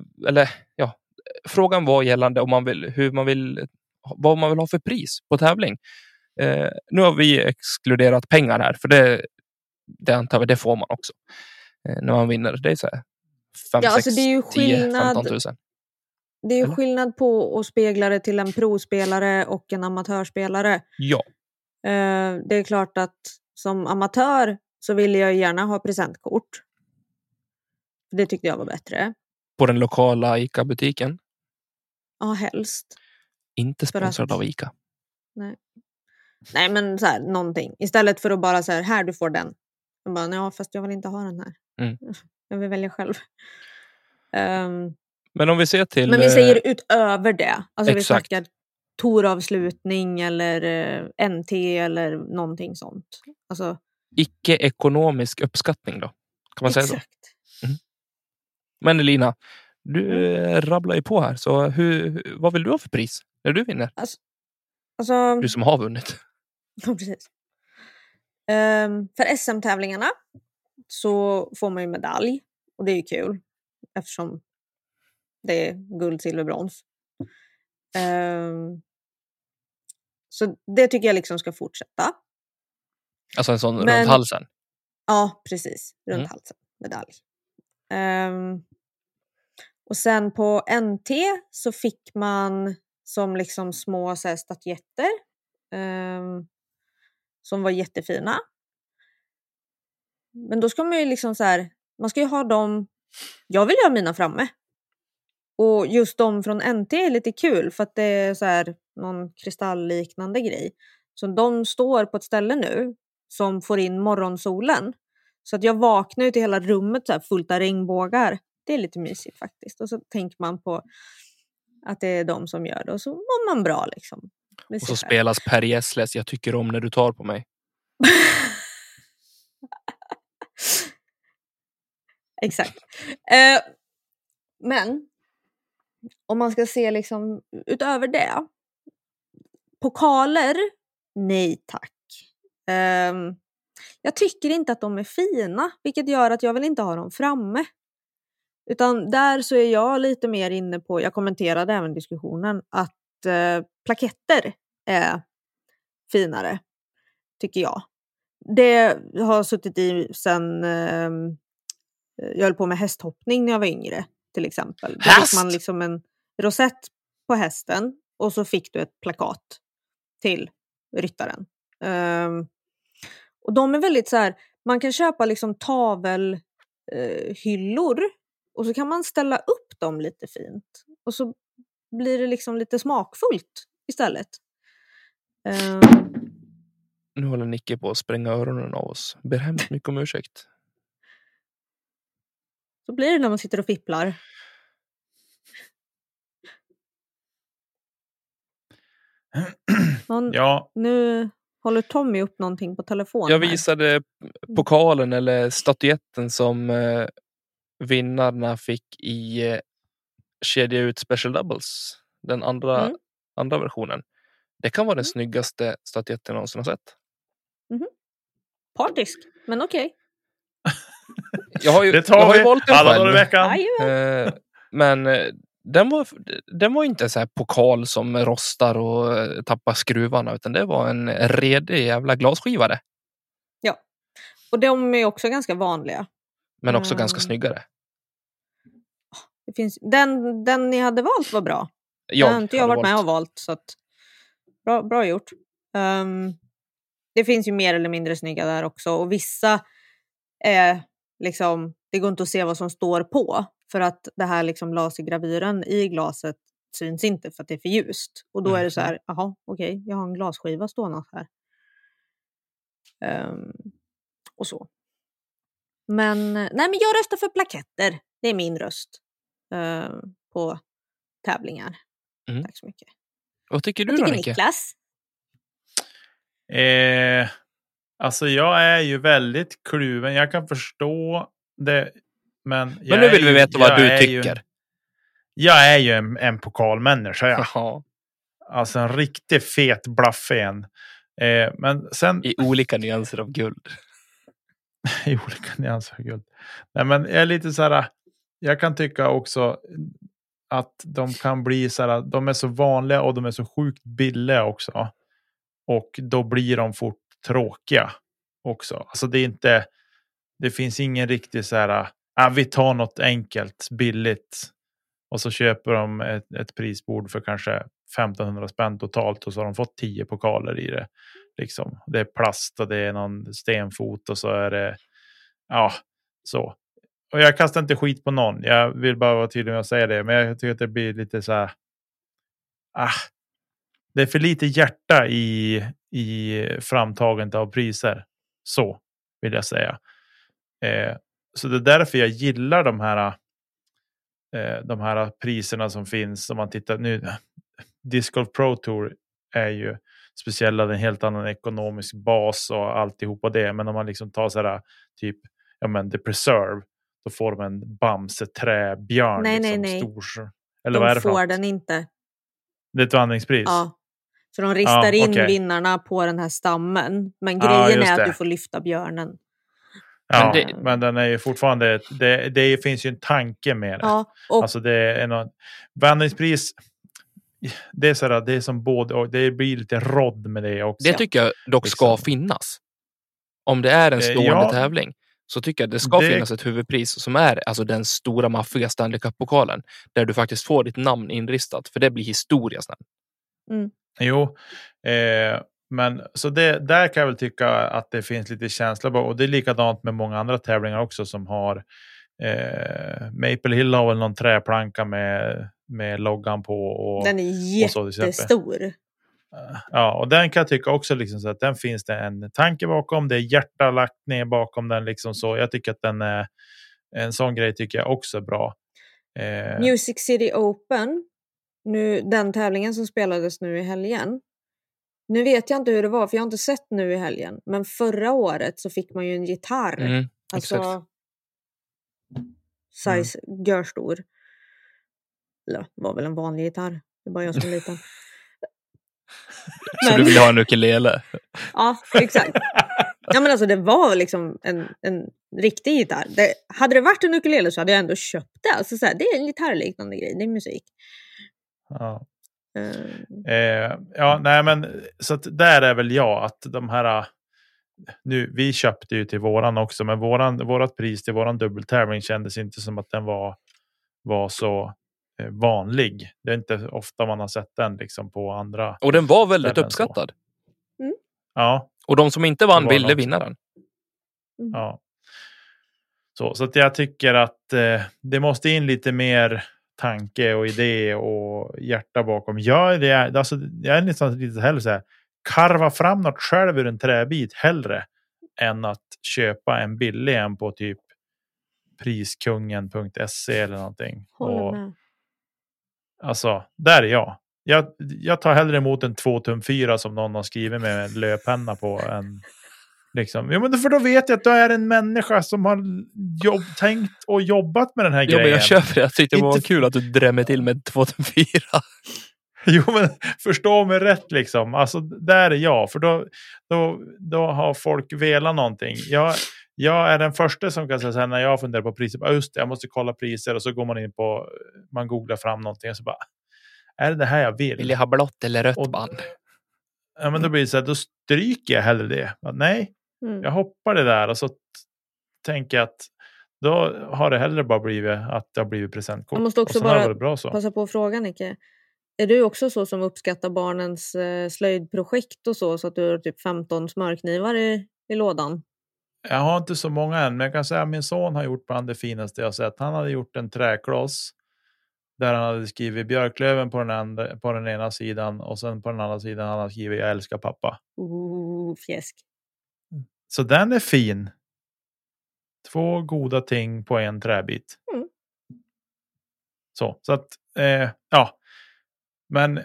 Frågan var gällande om vad man vill ha för pris på tävling. Nu har vi exkluderat pengar här. För det antar vi, det får man också. När man vinner. Det är så här 5, Ja, 6, alltså det är ju 10, 15 skillnad. 000. Det är ju Eller? skillnad på att spegla det till en prospelare och en amatörspelare. Ja, Det är klart att som amatör så ville jag gärna ha presentkort. Det tyckte jag var bättre. på den lokala ICA-butiken. Ja, helst. Inte För sponsrad att- av ICA. Nej, men så här, någonting. Istället för att bara så här du får den. Jag bara, ja, fast jag vill inte ha den här. Mm. Jag vill välja själv. Men om vi ser till... Men vi säger utöver det. Alltså vi exakt. snackar toravslutning eller NT eller någonting sånt. Alltså, icke-ekonomisk uppskattning då? Kan man säga så? exakt. Men Elina, du rabblar ju på här. Så vad vill du ha för pris när du vinner? Alltså, Du som har vunnit. ja, precis. För SM-tävlingarna så får man ju medalj. Och det är ju kul. Eftersom det är guld, silver, brons. Så det tycker jag liksom ska fortsätta. Alltså en sån Men- runt halsen. Ja, precis. Runt Mm. halsen. Medalj. Och sen på NT så fick man som liksom små så här, statyetter. Som var jättefina. Men då ska man ju liksom så här, man ska ju ha dem. Jag vill ju ha mina framme. Och just de från NT är lite kul för att det är så här någon kristallliknande grej. Så de står på ett ställe nu som får in morgonsolen. Så att jag vaknar ut i hela rummet så här fullt av regnbågar. Det är lite mysigt faktiskt. Och så tänker man på att det är de som gör det. Och så mår man bra liksom. Och så spelas Per Gessles Jag tycker om när du tar på mig. Exakt. Men om man ska se liksom utöver det. Pokaler? Nej tack. Jag tycker inte att de är fina. Vilket gör att jag vill inte ha dem framme. Utan där så är jag lite mer inne på, jag kommenterade även diskussionen, att plaketter är finare. Tycker jag. Det har suttit i sen jag höll på med hästhoppning när jag var yngre. Till exempel. Då fick man liksom en rosett på hästen. Och så fick du ett plakat till ryttaren. Och de är väldigt så här, man kan köpa liksom tavelhyllor. Och så kan man ställa upp dem lite fint. Och så blir det liksom lite smakfullt istället. Nu håller Nicke på att spränga öronen av oss. Ber hemskt mycket om ursäkt. Så blir det när man sitter och fipplar. Ja. Nu håller Tommy upp någonting på telefonen. Jag här. visade pokalen eller statyetten som vinnarna fick i kedja ut Special Doubles. Den andra versionen. Det kan vara den snyggaste statyetten jag någonsin har sett. Partisk, men okej. Jag har ju, Det tar jag har vi ju valt den alla dagar i själv. veckan. Men den var inte så här pokal som rostar och tappar skruvarna, utan det var en redig jävla glasskivare. Ja, och de är också ganska vanliga. Men också ganska snyggare. Det finns, den ni hade valt var bra. Jag har inte jag varit med och valt, så att, bra gjort. Det finns ju mer eller mindre snygga där också. Och vissa är liksom, det går inte att se vad som står på. För att det här liksom lasergravyren i glaset syns inte för att det är för ljust. Och då är det så här, jaha, okej, jag har en glasskiva stående här. Och så. Men jag röstar för plaketter. Det är min röst på tävlingar. Tack så mycket. Vad tycker du Vad då, tycker Nicke? Niklas? Alltså jag är ju väldigt kluven. Jag kan förstå det. Men nu vill vi veta vad du tycker. Jag är ju en pokalmänniska. Ja. Alltså en riktigt fet blaffig en. Men sen... I olika nyanser av guld. I olika nyanser av guld. Nej, men jag är lite så här... Jag kan tycka också att de kan bli så här... De är så vanliga och de är så sjukt billiga också. Och då blir de fort tråkiga också. Alltså det är inte... Det finns ingen riktig så här vi tar något enkelt, billigt. Och så köper de ett prisbord för kanske 1500 spänn totalt. Och så har de fått 10 pokaler i det. Liksom. Det är plast och det är någon stenfot. Och så är det, så. Och jag kastar inte skit på någon. Jag vill bara vara tydlig med att säga det. Men jag tycker att det blir lite så här. Det är för lite hjärta i framtagandet av priser. Så vill jag säga. Så det är därför jag gillar de här priserna som finns. Om man tittar nu. Disc Golf Pro Tour är ju speciella, en helt annan ekonomisk bas och alltihopa det. Men om man liksom tar så här typ The Preserve, då får de en bamseträbjörn. Nej. Stor. Eller vad är De det för får något? den inte. Det är ett vandringspris. Ja. Så de ristar in okej. vinnarna på den här stammen. Men grejen är att det. du får lyfta björnen. Ja, men den är ju fortfarande, det finns ju en tanke med det. Ja, och Alltså det är något vandringspris. Det är så där, det är som både, och det blir lite rodd med det också. Det tycker jag dock ska finnas. Om det är en stående tävling så tycker jag det ska finnas ett huvudpris som är alltså den stora maffiga Stanley Cup-pokalen där du faktiskt får ditt namn inristat, för det blir historia sen. Jo, men så där kan jag väl tycka att det finns lite känsla på, och det är likadant med många andra tävlingar också som har Maple Hill har väl någon träplanka med loggan på, och den är jättestor. Ja, och den kan jag tycka också liksom så att den finns det en tanke bakom, det är hjärta lagt ner bakom den liksom, så jag tycker att den är en sån grej tycker jag också är bra. Music City Open, nu den tävlingen som spelades nu i helgen. Nu vet jag inte hur det var, för jag har inte sett nu i helgen, men förra året så fick man ju en gitarr. Alltså size görstor. Eller var väl en vanlig gitarr. Det är bara jag som är liten. Så du vill ha en ukulele? Ja, exakt. Ja, men alltså det var liksom en riktig gitarr. Hade det varit en ukulele så hade jag ändå köpt det. Alltså så här, det är en gitarrliknande grej, det är musik. Ja. Nej men så att där är väl jag att de här nu, vi köpte ju till våran också, men vårat pris till våran dubbeltävling kändes inte som att den var så vanlig. Det är inte ofta man har sett den liksom på andra. Och den var väldigt uppskattad. Ja. Och de som inte vann ville vinna den. Ja. Så att jag tycker att det måste in lite mer tanke och idé och hjärta bakom. Jag är nästan lite hellre så här, karva fram något själv ur en träbit hellre än att köpa en billig en på typ priskungen.se eller någonting. Alltså, där är jag tar hellre emot en 2/4 som någon har skrivit med en löppenna på en liksom. Ja, men för då vet jag att du är en människa som har tänkt och jobbat med den här grejen. Men jag köper det. Jag tyckte det var kul att du drämmer till med 2/4. Jo, men förstå mig rätt liksom. Alltså, där är jag. För då har folk velat någonting. Jag är den första som kan säga så här, när jag funderar på priser. Just det, jag måste kolla priser. Och så går man in på, man googlar fram någonting. Och så bara, är det här jag vill? Vill jag ha blått eller rött band? Ja, men då blir det så här, då stryker jag hellre det. Nej, jag hoppar det där. Och så tänker jag att då har det hellre bara blivit att det har blivit presentkort. Jag måste också bara passa på frågan, Nicke. Är du också så som uppskattar barnens slöjdprojekt och så att du har typ 15 smörknivar i lådan? Jag har inte så många än, men jag kan säga att min son har gjort bland det finaste jag sett. Han hade gjort en träkloss där han hade skrivit björklöven på den ena sidan, och sen på den andra sidan han hade skrivit jag älskar pappa. Fjäsk. Så den är fin. 2 goda ting på en träbit. Så att ja. Men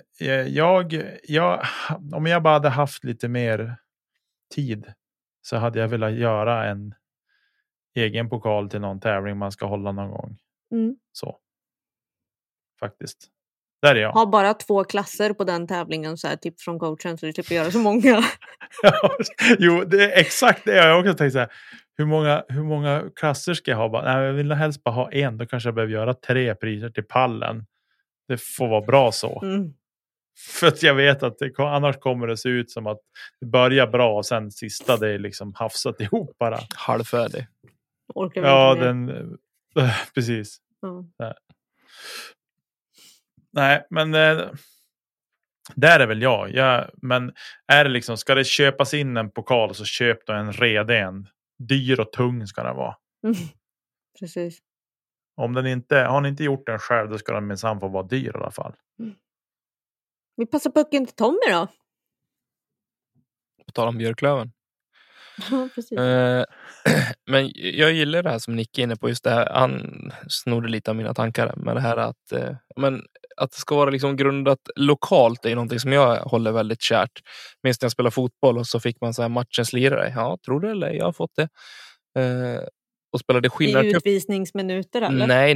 om jag bara hade haft lite mer tid så hade jag velat göra en egen pokal till någon tävling man ska hålla någon gång. Så. Faktiskt. Där är jag. Ha bara 2 klasser på den tävlingen så här, typ från coachen, så du slipper göra så många. Jo, det är exakt det jag också tänkt så här. Hur många klasser ska jag ha? Nej, jag vill helst bara ha en. Då kanske jag behöver göra 3 priser till pallen. Det får vara bra så. För att jag vet att annars kommer det se ut som att det börjar bra och sen sista det är liksom hafsat ihop bara. Halvfärdig. Ja, Precis. Mm. Nej, men där är väl men är det liksom, ska det köpas in en pokal så köp då en reden. Dyr och tung ska den vara. Precis. Om den inte, har ni inte gjort den själv, då ska den minsann få vara dyr i alla fall. Vi passar pucken till Tommy då. På tal om Björklöven. Ja, precis. Men jag gillar det här som Nick är inne på, just det här. Han snodde lite av mina tankar med det här att det ska vara liksom grundat lokalt är ju någonting som jag håller väldigt kärt. Minst när jag spelar fotboll och så fick man så här matchens lirare. Ja, tror det eller jag har fått det. Och spelade Skinnarcup. I utvisningsminuter eller? Nej.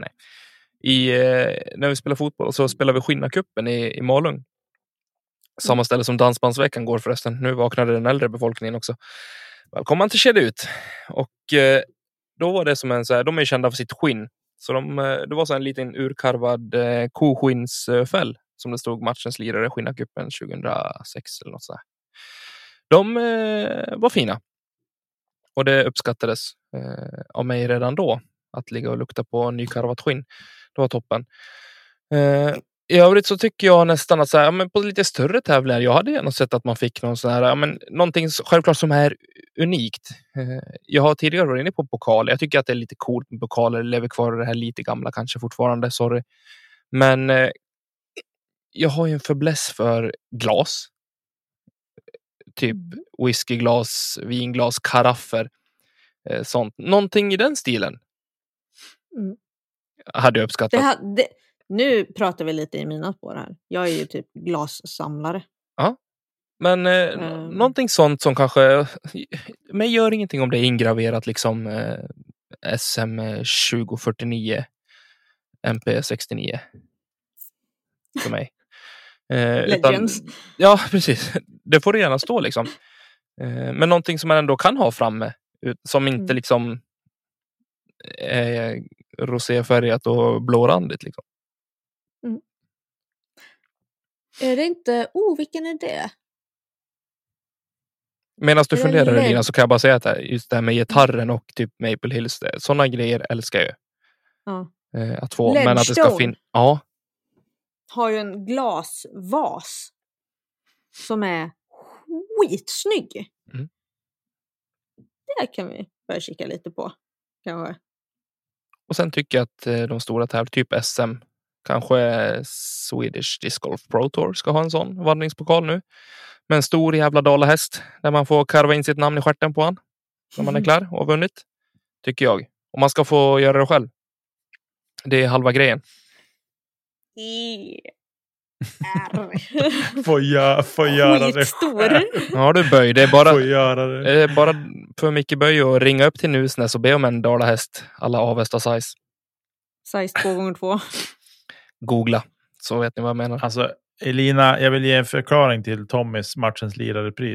När vi spelar fotboll så spelar vi Skinnarcupen i Malung. Samma ställe som Dansbandsveckan går förresten. Nu vaknade den äldre befolkningen också. Välkommen till Kedut. Och då var det som en så här, de är kända för sitt skinn. Så det var så en liten urkarvad koskinnsfäll som det stod matchens lirare Skinnarcupen 2006 eller något så här. De var fina. Och det uppskattades av mig redan då att ligga och lukta på nykarvat skinn. Det var toppen. I övrigt så tycker jag nästan att så här, men på lite större tävlingar, jag hade gärna sett att man fick någon sån här, någonting självklart som är unikt. Jag har tidigare varit inne på pokaler. Jag tycker att det är lite coolt med pokaler. Lever kvar i det här lite gamla kanske fortfarande, sorry. Men jag har ju en fäbless för glas. Typ whiskyglas, vinglas, karaffer. Sånt. Någonting i den stilen. Hade jag uppskattat. Nu pratar vi lite i mina spår här. Jag är ju typ glassamlare. Ja. Men någonting sånt som kanske, men gör ingenting om det är ingraverat liksom SM 2049 MP69 för mig. Legends. Ja, precis. Det får det gärna stå liksom. Men någonting som man ändå kan ha framme som inte liksom är roséfärgat och blårandigt liksom. Är det inte... vilken är det? Medan du funderar Lina så kan jag bara säga att just det här med gitarren och typ Maple Hills, sådana grejer älskar jag. Ja. Att få, men att det ska finnas. Ja. Har ju en glasvas som är skitsnygg. Det kan vi börja kika lite på kanske. Och sen tycker jag att de stora tävlingarna, typ SM, kanske Swedish Disc Golf Pro Tour ska ha en sån vandringspokal nu. Med en stor jävla dalahäst där man får karva in sitt namn i stjärten på han. När man är klar och har vunnit. Tycker jag. Och man ska få göra det själv. Det är halva grejen. Får göra det själv. Ja du Böj. Det är bara för mycket Böj att ringa upp till Nusnäs och be om en dalahäst. Alla Avesta size. Size 2x2. Googla. Så vet ni vad jag menar. Alltså Elina, jag vill ge en förklaring till Tommys matchens lirarepris.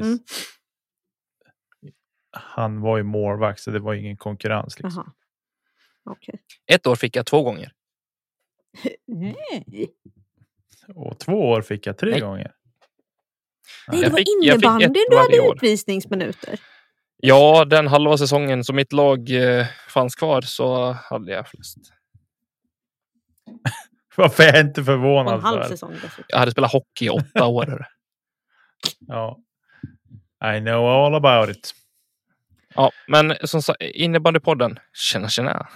Han var ju målvakt så det var ingen konkurrens liksom. Okay. Ett år fick jag 2 gånger. Och 2 år fick jag 3 gånger. Nej, det var innebandy du hade utvisningsminuter. Ja, den halva säsongen som mitt lag fanns kvar så hade jag flest. Varför är jag inte förvånad? En halv säsong. Jag hade spelat hockey i 8 år. Ja. I know all about it. Ja, men som sagt, innebandypodden. Tjena.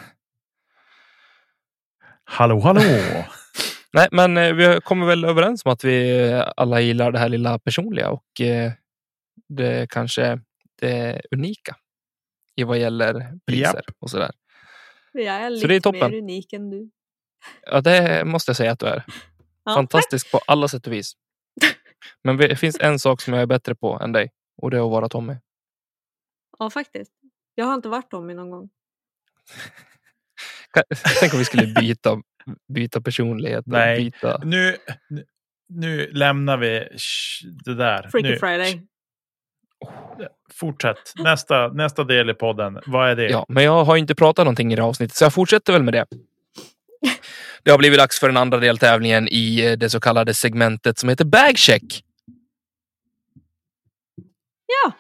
Hallå. Nej, men vi kommer väl överens om att vi alla gillar det här lilla personliga och det kanske det unika i vad gäller priser och sådär. Jag är så det är toppen. Mer unik än du. Ja, det måste jag säga att du är. Fantastisk på alla sätt och vis. Men det finns en sak som jag är bättre på än dig. Och det är att vara Tommy. Ja, faktiskt. Jag har inte varit Tommy någon gång. Tänk om vi skulle byta personlighet. Nej, byta... nu lämnar vi det där. Freaky Friday. Fortsätt. Nästa del i podden. Vad är det? Ja, men jag har inte pratat någonting i det här avsnittet. Så jag fortsätter väl med det. Det har blivit dags för den andra deltävlingen i det så kallade segmentet som heter Bagcheck. Ja.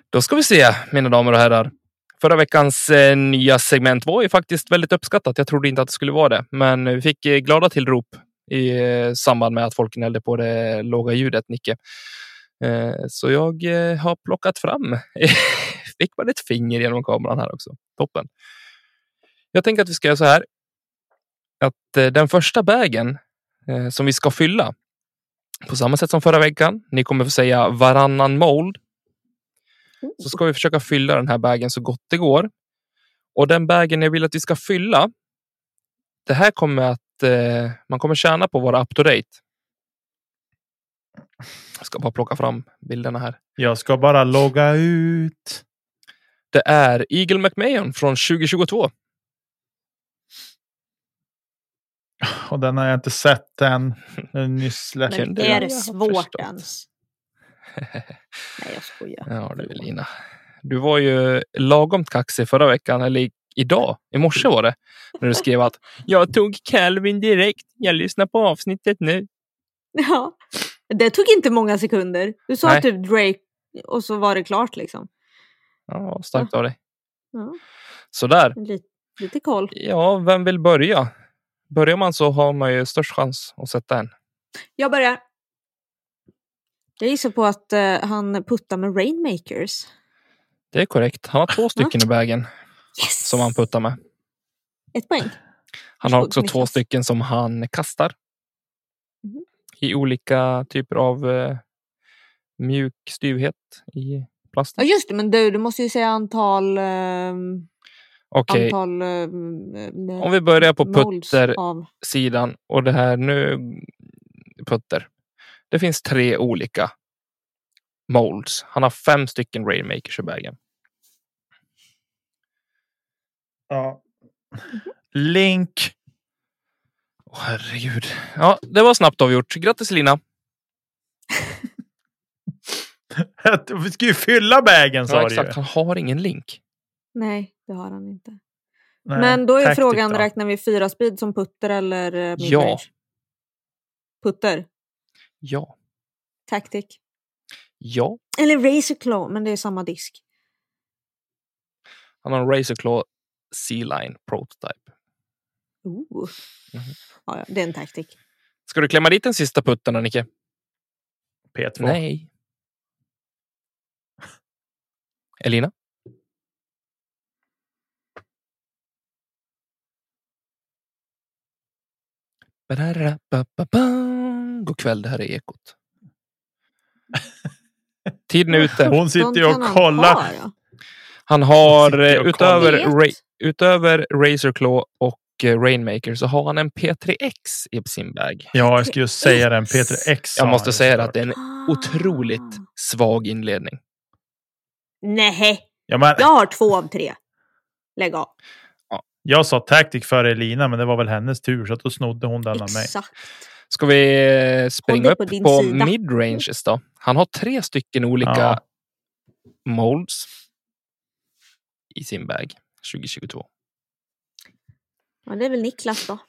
Då ska vi se, mina damer och herrar. Förra veckans nya segment var ju faktiskt väldigt uppskattat. Jag trodde inte att det skulle vara det. Men vi fick glada tillrop i samband med att folk gnällde på det låga ljudet, Nicke. Så jag har plockat fram. Fick bara ett finger genom kameran här också. Toppen. Jag tänker att vi ska göra så här. Att den första bagen som vi ska fylla. På samma sätt som förra veckan. Ni kommer få säga varannan mold. Så ska vi försöka fylla den här bagen så gott det går. Och den bagen jag vill att vi ska fylla. Det här kommer att man kommer tjäna på att vara up to date. Jag ska bara plocka fram bilderna här. Jag ska bara logga ut. Det är Eagle McMahon från 2022. Och den har jag inte sett än. Den nyss släppt. Men är det svårt ens? Nej, jag skojar. Ja, det är Lina. Du var ju lagom kaxig förra veckan, eller idag, i morse var det, när du skrev att jag tog Calvin direkt, jag lyssnar på avsnittet nu. Ja, det tog inte många sekunder. Du sa typ Drake och så var det klart liksom. Ja, starkt av dig. Ja. Sådär. Lite koll. Ja, vem vill börja? Börjar man så har man ju störst chans att sätta en. Jag börjar. Jag gissar på att han puttar med Rainmakers. Det är korrekt. Han har 2 stycken i bagen. Yes! Som han puttar med. 1 poäng. Han har också 2 stycken som han kastar. Mm. I olika typer av mjuk styvhet i plast. Ja just det, men du måste ju säga antal... Okej. Om vi börjar på putter-sidan. Och det här nu... Putter. Det finns 3 olika molds. Han har 5 stycken Rainmakers i bagen. Ja. Link. Herregud. Ja, det var snabbt avgjort. Grattis Lina. Vi ska ju fylla bagen, sa ja, du exakt. ju. Han har ingen link. Nej, det har han inte. Nej, men då är tactic frågan, då. räknar vi 4 speed som putter eller midrange? Ja. Putter? Ja. Tactic? Ja. Eller Razor Claw, men det är samma disk. Han har en Razor Claw C-Line Prototype. Ja, det är en tactic. Ska du klämma dit den sista putten då, Nicke? P2. Nej. Elina? God kväll, det här är Ekot. Tiden är ute. Hon sitter ju och kollar. Han har och utöver Razor Claw och Rainmaker så har han en P3X i sin bag. Ja, jag skulle säga den. P3X. Jag måste säga att det är en otroligt svag inledning. Nej. Ja, men... Jag har 2 av 3. Lägg av. Ja. Jag sa tactic för Elina, men det var väl hennes tur, så då snodde hon den av mig. Exakt. Ska vi springa upp på sida. midranges då? Han har 3 stycken olika molds i sin bag 2022. Ja, det är väl Niklas då.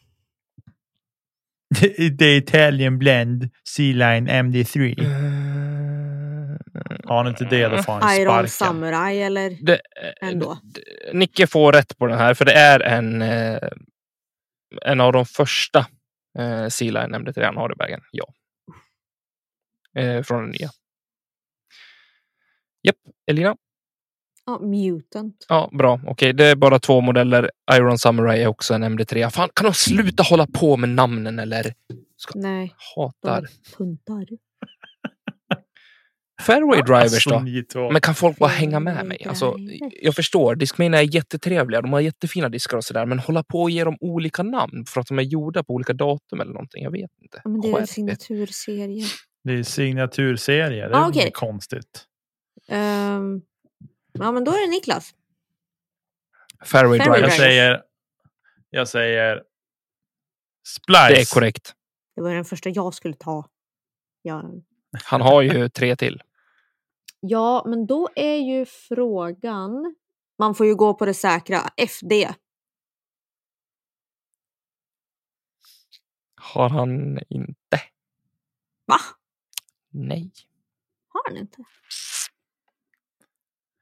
The Italian Blend C-Line MD3. Har han inte det, då får han Iron sparken. Samurai eller ändå. Nicke får rätt på den här, för det är en av de första C-Line MD3 han har i bagen. Ja. Från den nya. Japp, Elina? Ja, Mutant. Ja, bra. Okej, det är bara 2 modeller. Iron Samurai är också en MD3. Fan, kan de sluta hålla på med namnen eller? Nej. Hatar. Puntar. Fairway drivers då? Alltså, Men kan folk bara hänga med mig? Alltså, jag förstår, Discmania är jättetrevliga. De har jättefina diskar och sådär. Men hålla på och ge dem olika namn för att de är gjorda på olika datum eller någonting. Jag vet inte. Ja, men det är en signaturserie. Det är signaturserie. Det är okay. Konstigt. Ja, men då är det Niklas. Fairway drivers. Jag säger Splice. Det är korrekt. Det var den första jag skulle ta. Han har ju 3 till. Ja, men då är ju frågan... Man får ju gå på det säkra. FD. Har han inte? Va? Nej. Har han inte?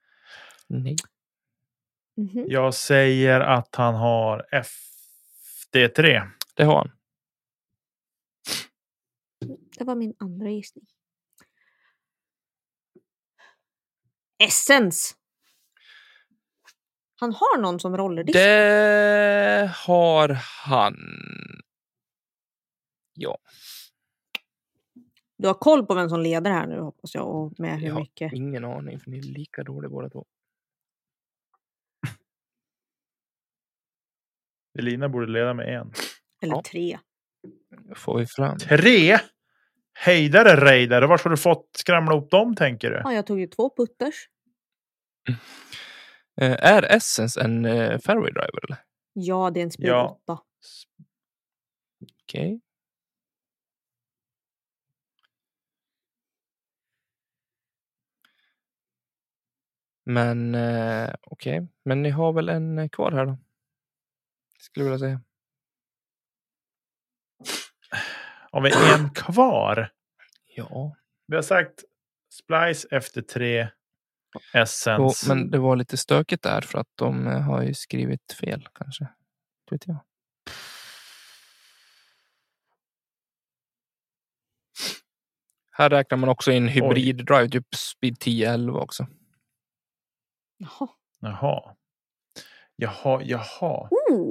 Nej. Mhm. Jag säger att han har FD3. Det har han. Det var min andra gissning. Essence. Han har någon som rollerdisk. Det har han. Ja. Du har koll på vem som leder här nu hoppas jag. Och med hur Jag har mycket. ingen aning för ni är lika dåliga båda två. Elina borde leda med 1. Eller Ja. 3. Får vi fram. 3? Hejdare Reidare. Vart har du fått skramla upp dem tänker du? Ja, jag tog ju 2 putters. Är Essence en fairway driver eller? Ja, det är en speed Ja. 8. Okej. Men okej. Men ni har väl en kvar här då? Skulle jag vilja säga. Har vi en kvar? Ja. Vi har sagt Splice efter 3. Essence. Jo, men det var lite stökigt där för att de har ju skrivit fel kanske. Det vet jag. Här räknar man också in hybrid drive, typ speed 10-11 också. Jaha. Jaha.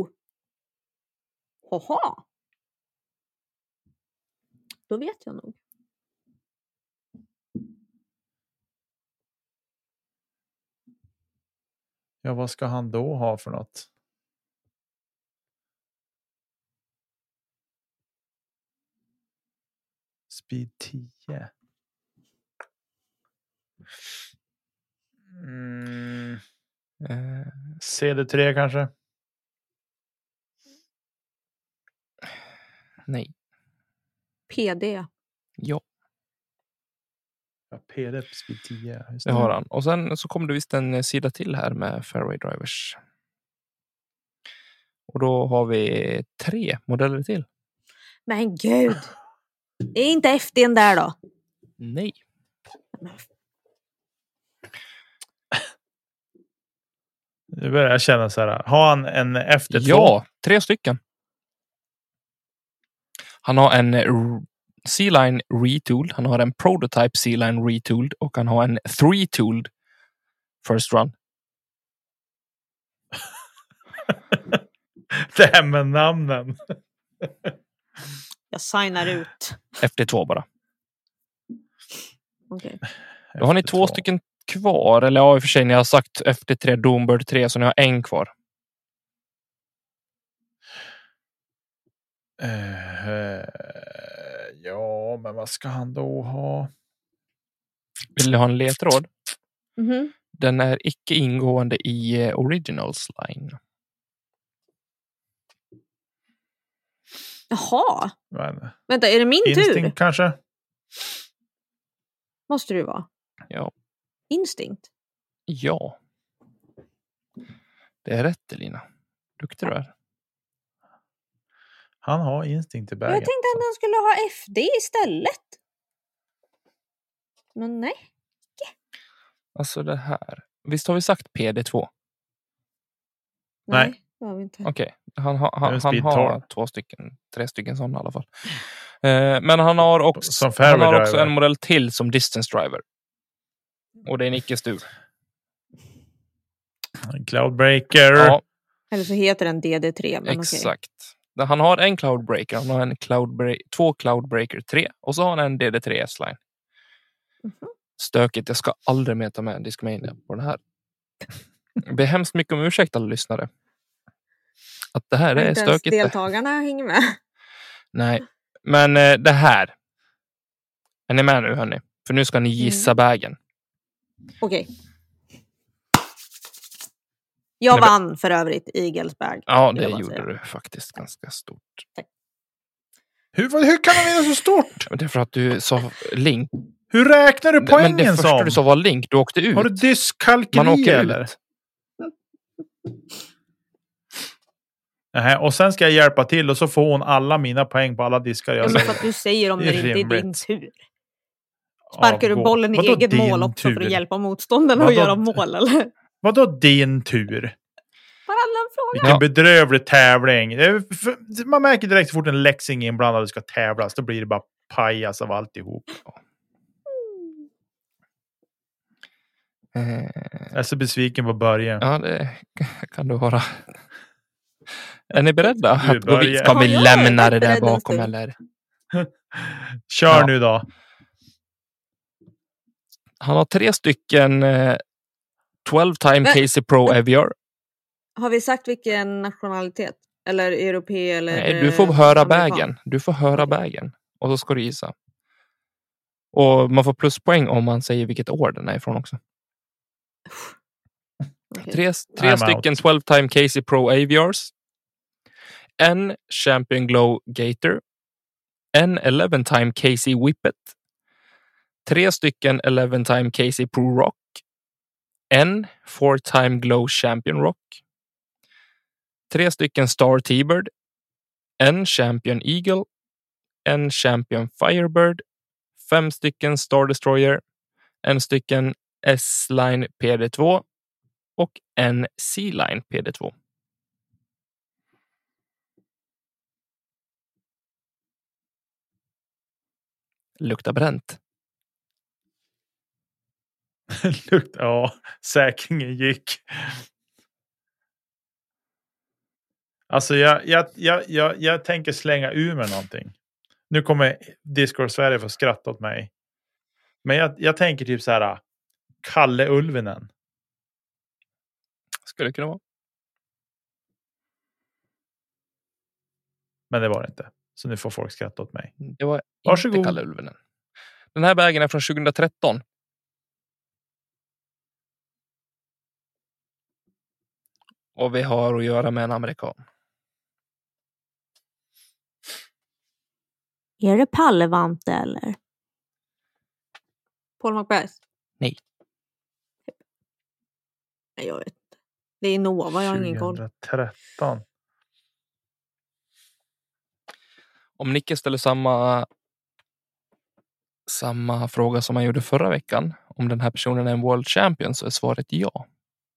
Jaha. Då vet jag nog. Ja, vad ska han då ha för något? Speed 10. CD3 kanske? Nej. PD. Ja, Ja, PD på Speed 10. Just det har han. Och sen så kommer det visst en sida till här med fairway drivers. Och då har vi 3 modeller till. Men gud. Är inte FD:n där då? Nej. Nu börjar jag känna så här. Har han en efter 2? Ja, 3 stycken. Han har en C-line retooled, han har en prototype C-line retooled och han har en 3-tooled first run. Det här med namnen. Jag signar ut. FD2 bara. Okej. Då har ni 2 stycken kvar. Eller ja, i och för sig, ni har sagt FD3 Doombird 3 så ni har en kvar. Ja, men vad ska han då ha? Vill ni ha en ledtråd? Mhm. Den är icke ingående i Originals line. Jaha. Men, Vänta, är det min tur? Instinct kanske? Måste det vara. Ja. Instinct. Ja. Det är rätt, Elina. Duktig du är. Han har instinkt i bagen. Jag tänkte att han skulle ha FD istället. Men nej. Alltså det här. Visst har vi sagt PD2? Nej. Det har vi inte. Okej. Han Det är har Speed 12. 3 stycken sådana i alla fall. Men han har också, Som han fairway har också driver. en modell till som distance driver. Och det är en icke-stur. Cloudbreaker. Ja, Eller så heter den DD3. Men exakt. Han har en Cloudbreaker, han har en två Cloudbreaker 3 och så har han en DD3 S-line. Mhm. Stökigt, jag ska aldrig mer ta med en Discmania på den här. Jag ber hemskt mycket om ursäkt alla lyssnare. Att det här är inte ens stökigt. deltagarna hänger med. Nej, men det här. Är ni med nu hörni? För nu ska ni gissa bägen. Okej. Jag Nej, vann för övrigt Eagles bag. Ja, vill det jag bara gjorde säga. du faktiskt ganska stort. Hur kan han vinna så stort? Men det är för att du sa Link. Hur räknar du Men poängen det första som? du sa var Link, du åkte ut. Har du Man dyskalkyli åker eller? ut. Nej, och sen ska jag hjälpa till och så får hon alla mina poäng på alla diskar jag Ja, men säger. för att du säger om Det det är inte är din rimligt. tur. Sparkar du Avgå. bollen i Vadå eget din mål också för tur? att hjälpa motståndarna att Vadå göra mål, eller? Vadå din tur? Varannan fråga. Vilken bedrövlig tävling. Man märker direkt så fort en läxing är inblandad och ska tävlas. Då blir det bara pajas av alltihop. Jag är så besviken på början. Ja, det kan du vara. Är ni beredda? Du börjar. Ska vi Ja, lämna jag är det där beredd en bakom stund. eller? Kör Ja. nu då. Han har 3 stycken 12-time Men- Casey Pro Aviar. Har vi sagt vilken nationalitet? Eller europé eller... Nej, du får höra amerikan? bägen. Du får höra Okej. bägen. Och så ska du gissa. Och man får pluspoäng om man säger vilket år den är ifrån också. Okej. 3 I'm stycken out. 12-time Casey Pro Aviars. En Champion Glow Gator. En 11-time Casey Whippet. 3 stycken 11-time Casey Pro Rock. En 4-time Glow Champion Rock. 3 stycken Star T-Bird. En Champion Eagle. En Champion Firebird. 5 stycken Star Destroyer. En stycken S-Line PD2. Och en C-Line PD2. Luktar bränt. Ja, säkringen gick. Alltså jag tänker slänga ur med någonting. Nu kommer Discord Sverige få skratta åt mig. Men jag tänker typ så här. Kalle Ulvinen. Skulle det kunna vara. Men det var det inte. Så nu får folk skratta åt mig. Det var Varsågod. inte Kalle Ulvenen. Den här vägen är från 2013. Och vi har att göra med en amerikan. Är det Pallevante eller? Paul McBeth? Nej. Nej, jag vet inte. Det är Nova, jag har ingen koll. 2013. Om Nicke ställer samma fråga som han gjorde förra veckan. Om den här personen är en World Champion så är svaret ja.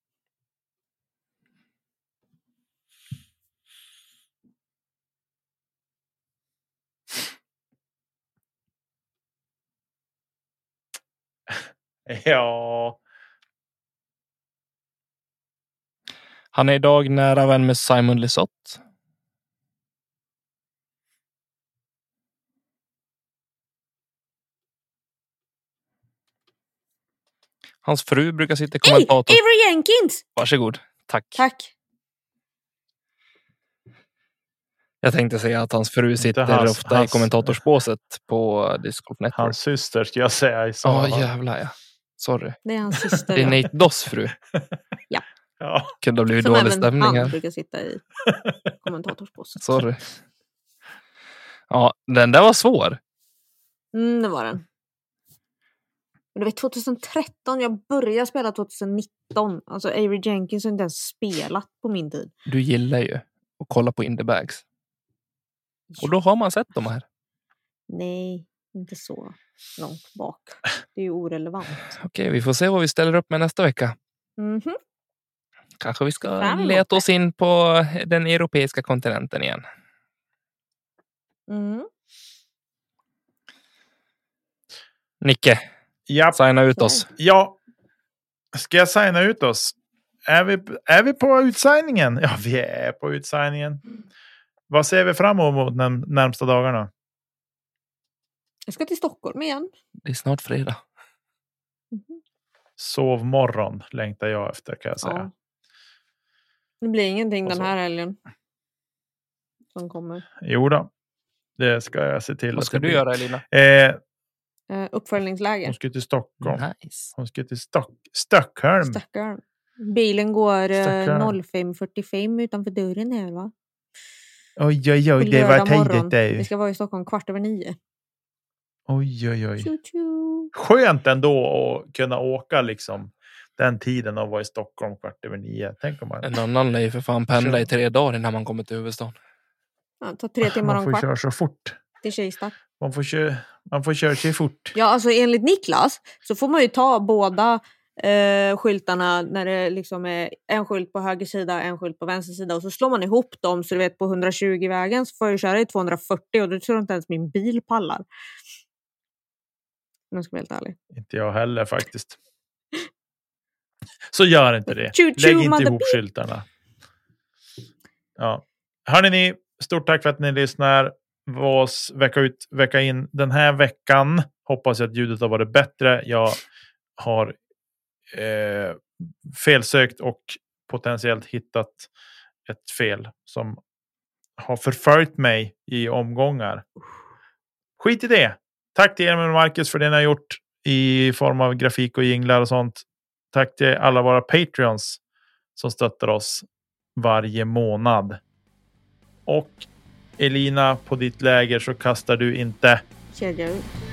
Ja. Han är idag nära vän med Simon Lisotte. Hans fru brukar sitta i Hej! kommentator. Avery Jenkins! Varsågod. Tack. Tack. Jag tänkte säga att hans fru sitter hans- ofta hans- i kommentatorspåset på Disc Golf Network. Hans syster ska jag säga i Ja, sådana fall. jävlar ja. Sorry. Det är hans syster. Det är Nate Doss fru. Ja. Kunde ha blivit Som dålig även stämning han här. brukar sitta i kommentatorsposten. Sorry. Ja, den där var svår. Det var den. Men du vet 2013, jag började spela 2019. Alltså Avery Jenkins har inte ens spelat på min tid. Du gillar ju att kolla på Indiebags. Och då har man sett de här. Nej, inte så långt bak. Det är ju orelevant. Okej, vi får se vad vi ställer upp med nästa vecka. Mhm. Kanske vi ska Fram emot leta det. oss in på den europeiska kontinenten igen. Mm. Nicke, Ja. signa ut oss. Ja. Ska jag signa ut oss? Är vi på utsigningen? Ja, vi är på utsigningen. Vad ser vi fram emot närmsta dagarna? Jag ska till Stockholm igen. Det är snart fredag. Mhm. Sovmorgon längtar jag efter, kan jag säga. Ja. Det blir ingenting Och den så. här helgen. Som kommer. Jo då. Det ska jag se till. Vad att ska det du blir. göra, Elina? Uppföljningsläger. Hon ska till Stockholm. Nice. Hon ska till Stockholm. Stackarn. Bilen går Stackarn. 05:45 utanför dörren här, va? Oj, På det var lördag morgon. tidigt Vi det. ska vara i Stockholm 8:15. Oj. Tju, tju. Skönt ändå att kunna åka liksom den tiden och vara i Stockholm 8:15. Tänk om man... En annan lär ju för fan pendla i 3 dagar innan man kommer till huvudstaden. Ja, ta 3 timmar Man om får kvart köra så fort. till Kista. Man får köra sig fort. Ja, alltså enligt Niklas så får man ju ta båda skyltarna när det liksom är en skylt på höger sida, en skylt på vänster sida och så slår man ihop dem så du vet på 120-vägen så får jag köra i 240 och då tror jag inte ens min bil pallar. Men jag ska vara helt ärlig. Inte jag heller faktiskt. Så gör inte det. Choo-choo, Lägg inte ihop skyltarna. Ja. Hörrni ni, stort tack för att ni lyssnar. Vås vecka ut, vecka in den här veckan. Hoppas jag att ljudet har varit bättre. Jag har felsökt och potentiellt hittat ett fel som har förföljt mig i omgångar. Skit i det. Tack till Emil och Marcus för det ni har gjort i form av grafik och jinglar och sånt. Tack till alla våra Patreons som stöttar oss varje månad. Och Elina, på ditt läger så kastar du inte Kedja ut.